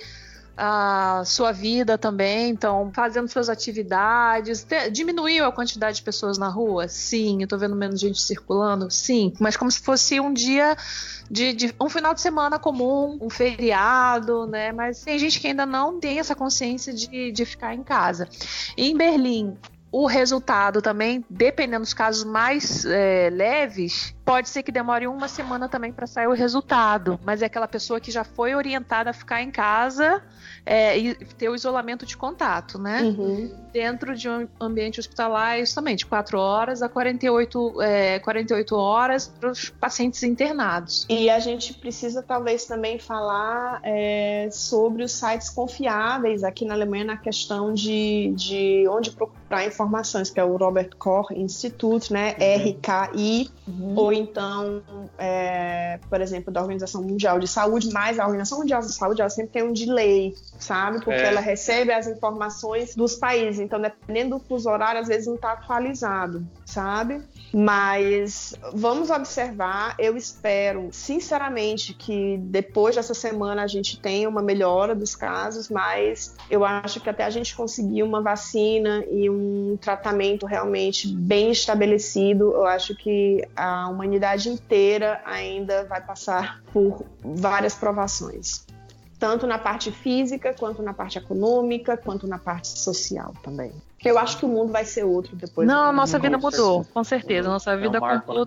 a sua vida também, então fazendo suas atividades. Te, diminuiu a quantidade de pessoas na rua? Sim. Eu tô vendo menos gente circulando? Sim. Mas como se fosse um dia de, de um final de semana comum, um feriado, né? Mas tem gente que ainda não tem essa consciência de, de ficar em casa. E em Berlim, o resultado também, dependendo dos casos mais é, leves, pode ser que demore uma semana também para sair o resultado, mas é aquela pessoa que já foi orientada a ficar em casa é, e ter o isolamento de contato, né? Uhum. Dentro de um ambiente hospitalar, isso também, de quatro horas a quarenta e oito, é, quarenta e oito horas para os pacientes internados. E a gente precisa talvez também falar é, sobre os sites confiáveis aqui na Alemanha na questão de, de onde procurar informações, que é o Robert Koch Institute, né? Uhum. R K I, uhum. ou então, é, por exemplo, da Organização Mundial de Saúde, mas a Organização Mundial de Saúde ela sempre tem um delay, sabe? Porque é. ela recebe as informações dos países, então dependendo do fuso horário, às vezes não está atualizado, sabe? Mas vamos observar, eu espero sinceramente que depois dessa semana a gente tenha uma melhora dos casos, mas eu acho que até a gente conseguir uma vacina e um tratamento realmente bem estabelecido, eu acho que a humanidade inteira ainda vai passar por várias provações. Tanto na parte física, quanto na parte econômica, quanto na parte social também. Eu acho que o mundo vai ser outro depois. Não, a nossa vida mudou, com certeza. Nossa vida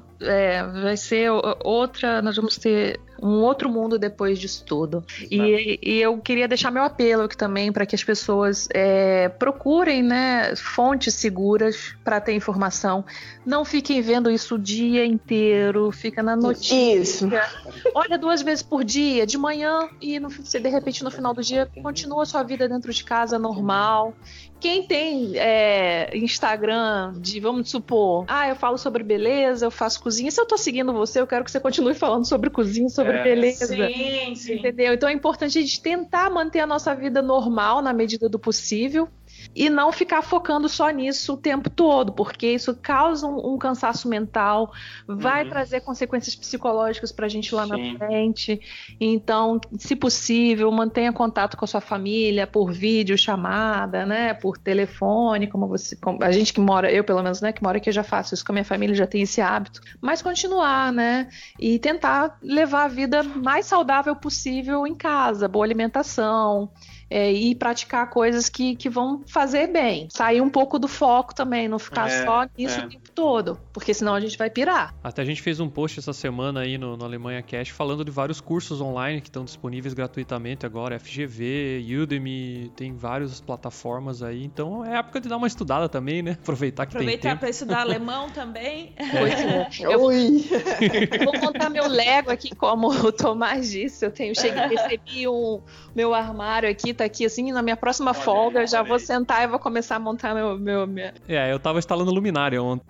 é, vai ser outra, nós vamos ter um outro mundo depois disso tudo. E, e eu queria deixar meu apelo aqui também para que as pessoas é, procurem, né, fontes seguras para ter informação. Não fiquem vendo isso o dia inteiro, fica na notícia. Isso. Olha duas vezes por dia, de manhã, e no, de repente no final do dia continua a sua vida dentro de casa normal. Quem tem é, Instagram de, vamos supor, ah, eu falo sobre beleza, eu faço cozinha. Se eu tô seguindo você, eu quero que você continue falando sobre cozinha, sobre é, beleza. Sim, sim. Entendeu? Então é importante a gente tentar manter a nossa vida normal na medida do possível e não ficar focando só nisso o tempo todo, porque isso causa um, um cansaço mental, vai uhum. trazer consequências psicológicas pra gente lá Sim. na frente. Então, se possível, mantenha contato com a sua família por vídeo, chamada, né, por telefone, como você, como a gente que mora, eu pelo menos, né, que mora aqui, eu já faço isso com a minha família, já tem esse hábito, mas continuar, né, e tentar levar a vida mais saudável possível em casa, boa alimentação, É, e praticar coisas que, que vão fazer bem. Sair um pouco do foco também, não ficar é, só nisso é. o tempo todo, porque senão a gente vai pirar. Até a gente fez um post essa semana aí no, no Alemanha Cash falando de vários cursos online que estão disponíveis gratuitamente agora, F G V, Udemy, tem várias plataformas aí, então é época de dar uma estudada também, né? Aproveitar que Aproveitar tem tempo. para estudar alemão também. É. Eu Oi. vou montar meu Lego aqui, como o Tomás disse, eu tenho, cheguei, recebi um meu armário aqui, tá aqui assim, na minha próxima olha folga, aí, já vou aí. sentar e vou começar a montar meu... meu minha... É, eu tava instalando luminária ontem.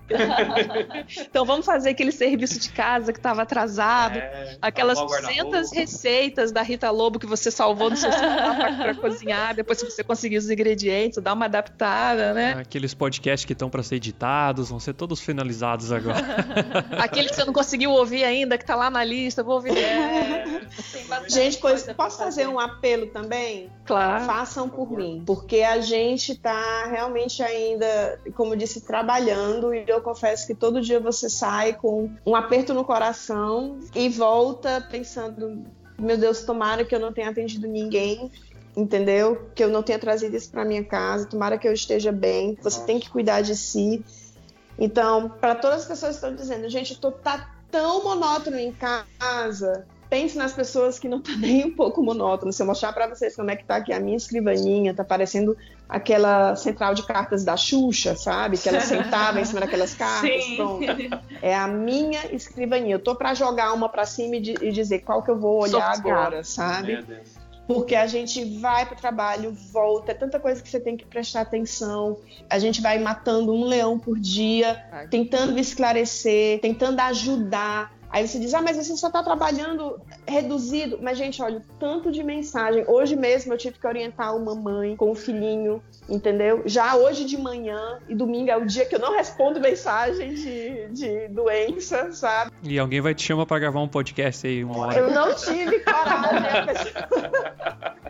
Então vamos fazer aquele serviço de casa que tava atrasado, é, aquelas duzentas receitas da Rita Lobo que você salvou no seu celular pra, pra cozinhar, depois que você conseguir os ingredientes, dar uma adaptada, né? Aqueles podcasts que estão pra ser editados, vão ser todos finalizados agora. Aquele que você não conseguiu ouvir ainda, que tá lá na lista, vou ouvir. É. Gente, coisa, posso fazer um apelo também? Claro. Façam por mim, porque a gente tá realmente ainda, como eu disse, trabalhando, e eu confesso que todo dia você sai com um aperto no coração e volta pensando, meu Deus, tomara que eu não tenha atendido ninguém, entendeu? Que eu não tenha trazido isso para minha casa, tomara que eu esteja bem, você tem que cuidar de si. Então, para todas as pessoas que estão dizendo, gente, eu tô, tá tão monótono em casa, pense nas pessoas que não tá nem um pouco monótono. Se eu mostrar para vocês como é que tá aqui a minha escrivaninha, tá parecendo aquela central de cartas da Xuxa, sabe? Que ela sentava em cima daquelas cartas. Sim. Pronto. É a minha escrivaninha. Eu tô para jogar uma para cima e, de, e dizer qual que eu vou olhar agora, sabe? Porque a gente vai pro trabalho, volta, é tanta coisa que você tem que prestar atenção. A gente vai matando um leão por dia, tentando esclarecer, tentando ajudar. Aí você diz, ah, mas você só tá trabalhando reduzido. Mas, gente, olha, tanto de mensagem. Hoje mesmo eu tive que orientar uma mãe com um filhinho, entendeu? Já hoje de manhã e domingo é o dia que eu não respondo mensagem de, de doença, sabe? E alguém vai te chamar pra gravar um podcast aí uma hora. Eu não tive coragem.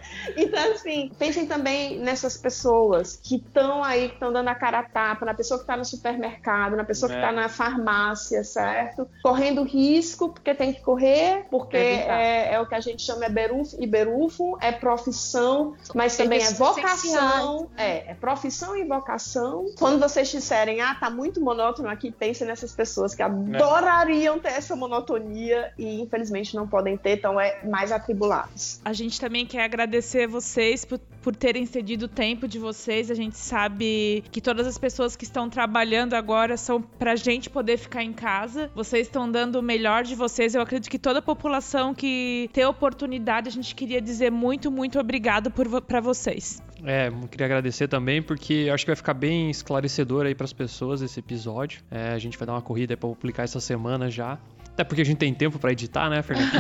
Então, assim, pensem também nessas pessoas que estão aí, que estão dando a cara a tapa, na pessoa que está no supermercado, na pessoa que está É. na farmácia, certo? Correndo risco, porque tem que correr, porque é, é o que a gente chama é berufo e berufo, é profissão, mas também é vocação, é, é profissão e vocação. Quando vocês disserem, ah, tá muito monótono aqui, pensem nessas pessoas que adorariam ter essa monotonia e infelizmente não podem ter, então é mais atribulados. A gente também quer agradecer vocês por, por terem cedido o tempo de vocês. A gente sabe que todas as pessoas que estão trabalhando agora são pra gente poder ficar em casa. Vocês estão dando o melhor de vocês. Eu acredito que toda a população que tem oportunidade, a gente queria dizer muito, muito obrigado por, pra vocês. É, eu queria agradecer também, porque acho que vai ficar bem esclarecedor aí pras pessoas esse episódio. É, a gente vai dar uma corrida aí pra publicar essa semana já. Até porque a gente tem tempo pra editar, né, Fernanda?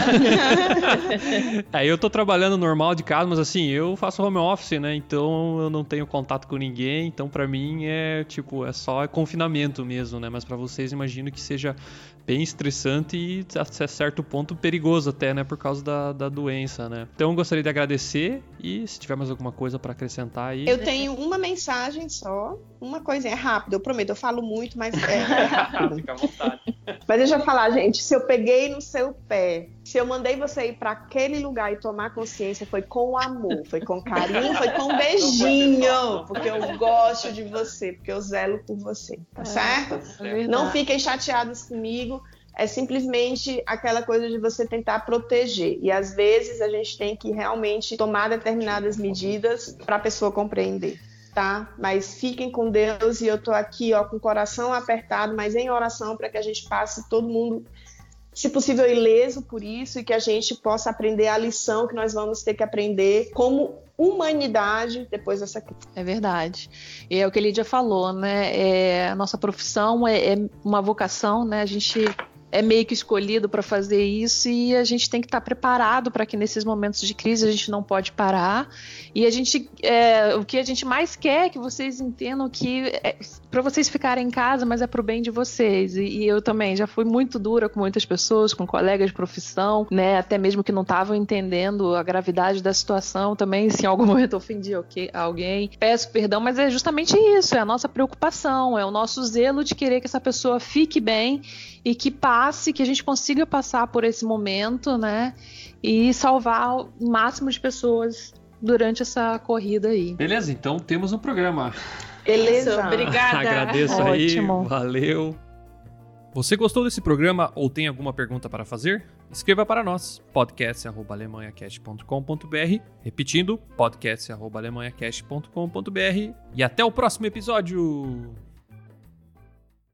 Aí eu tô trabalhando normal de casa, mas assim, eu faço home office, né? Então eu não tenho contato com ninguém. Então pra mim é tipo, é só confinamento mesmo, né? Mas pra vocês imagino que seja bem estressante e até certo ponto perigoso até, né? Por causa da, da doença, né? Então eu gostaria de agradecer e se tiver mais alguma coisa pra acrescentar aí... Eu tenho uma mensagem só, uma coisinha, é rápido, eu prometo, eu falo muito, mas é, é rápido. Fica à vontade. Mas deixa eu falar, gente, se eu peguei no seu pé, se eu mandei você ir para aquele lugar e tomar consciência, foi com amor, foi com carinho, foi com um beijinho, porque eu gosto de você, porque eu zelo por você, tá certo? É Não fiquem chateados comigo, é simplesmente aquela coisa de você tentar proteger, e às vezes a gente tem que realmente tomar determinadas medidas para a pessoa compreender. Tá? Mas fiquem com Deus e eu tô aqui ó, com o coração apertado, mas em oração para que a gente passe todo mundo, se possível, ileso por isso e que a gente possa aprender a lição que nós vamos ter que aprender como humanidade depois dessa crise. É verdade. E é o que a Lídia falou, né? É, a nossa profissão é, é uma vocação, né? A gente é meio que escolhido para fazer isso e a gente tem que estar preparado para que nesses momentos de crise a gente não pode parar. E a gente, é, o que a gente mais quer é que vocês entendam que é para vocês ficarem em casa, mas é pro bem de vocês. E, e eu também já fui muito dura com muitas pessoas, com colegas de profissão, né? Até mesmo que não estavam entendendo a gravidade da situação. Também, se em algum momento ofendi alguém, peço perdão, mas é justamente isso, é a nossa preocupação, é o nosso zelo de querer que essa pessoa fique bem e que passe, que a gente consiga passar por esse momento, né? E salvar o máximo de pessoas durante essa corrida aí. Beleza, então temos um programa. Beleza, Isso, obrigada. Agradeço aí, Ótimo. valeu. Você gostou desse programa ou tem alguma pergunta para fazer? Escreva para nós, podcast arroba alemanhacast ponto com ponto b r, repetindo, podcast arroba alemanhacast ponto com ponto b r, e até o próximo episódio!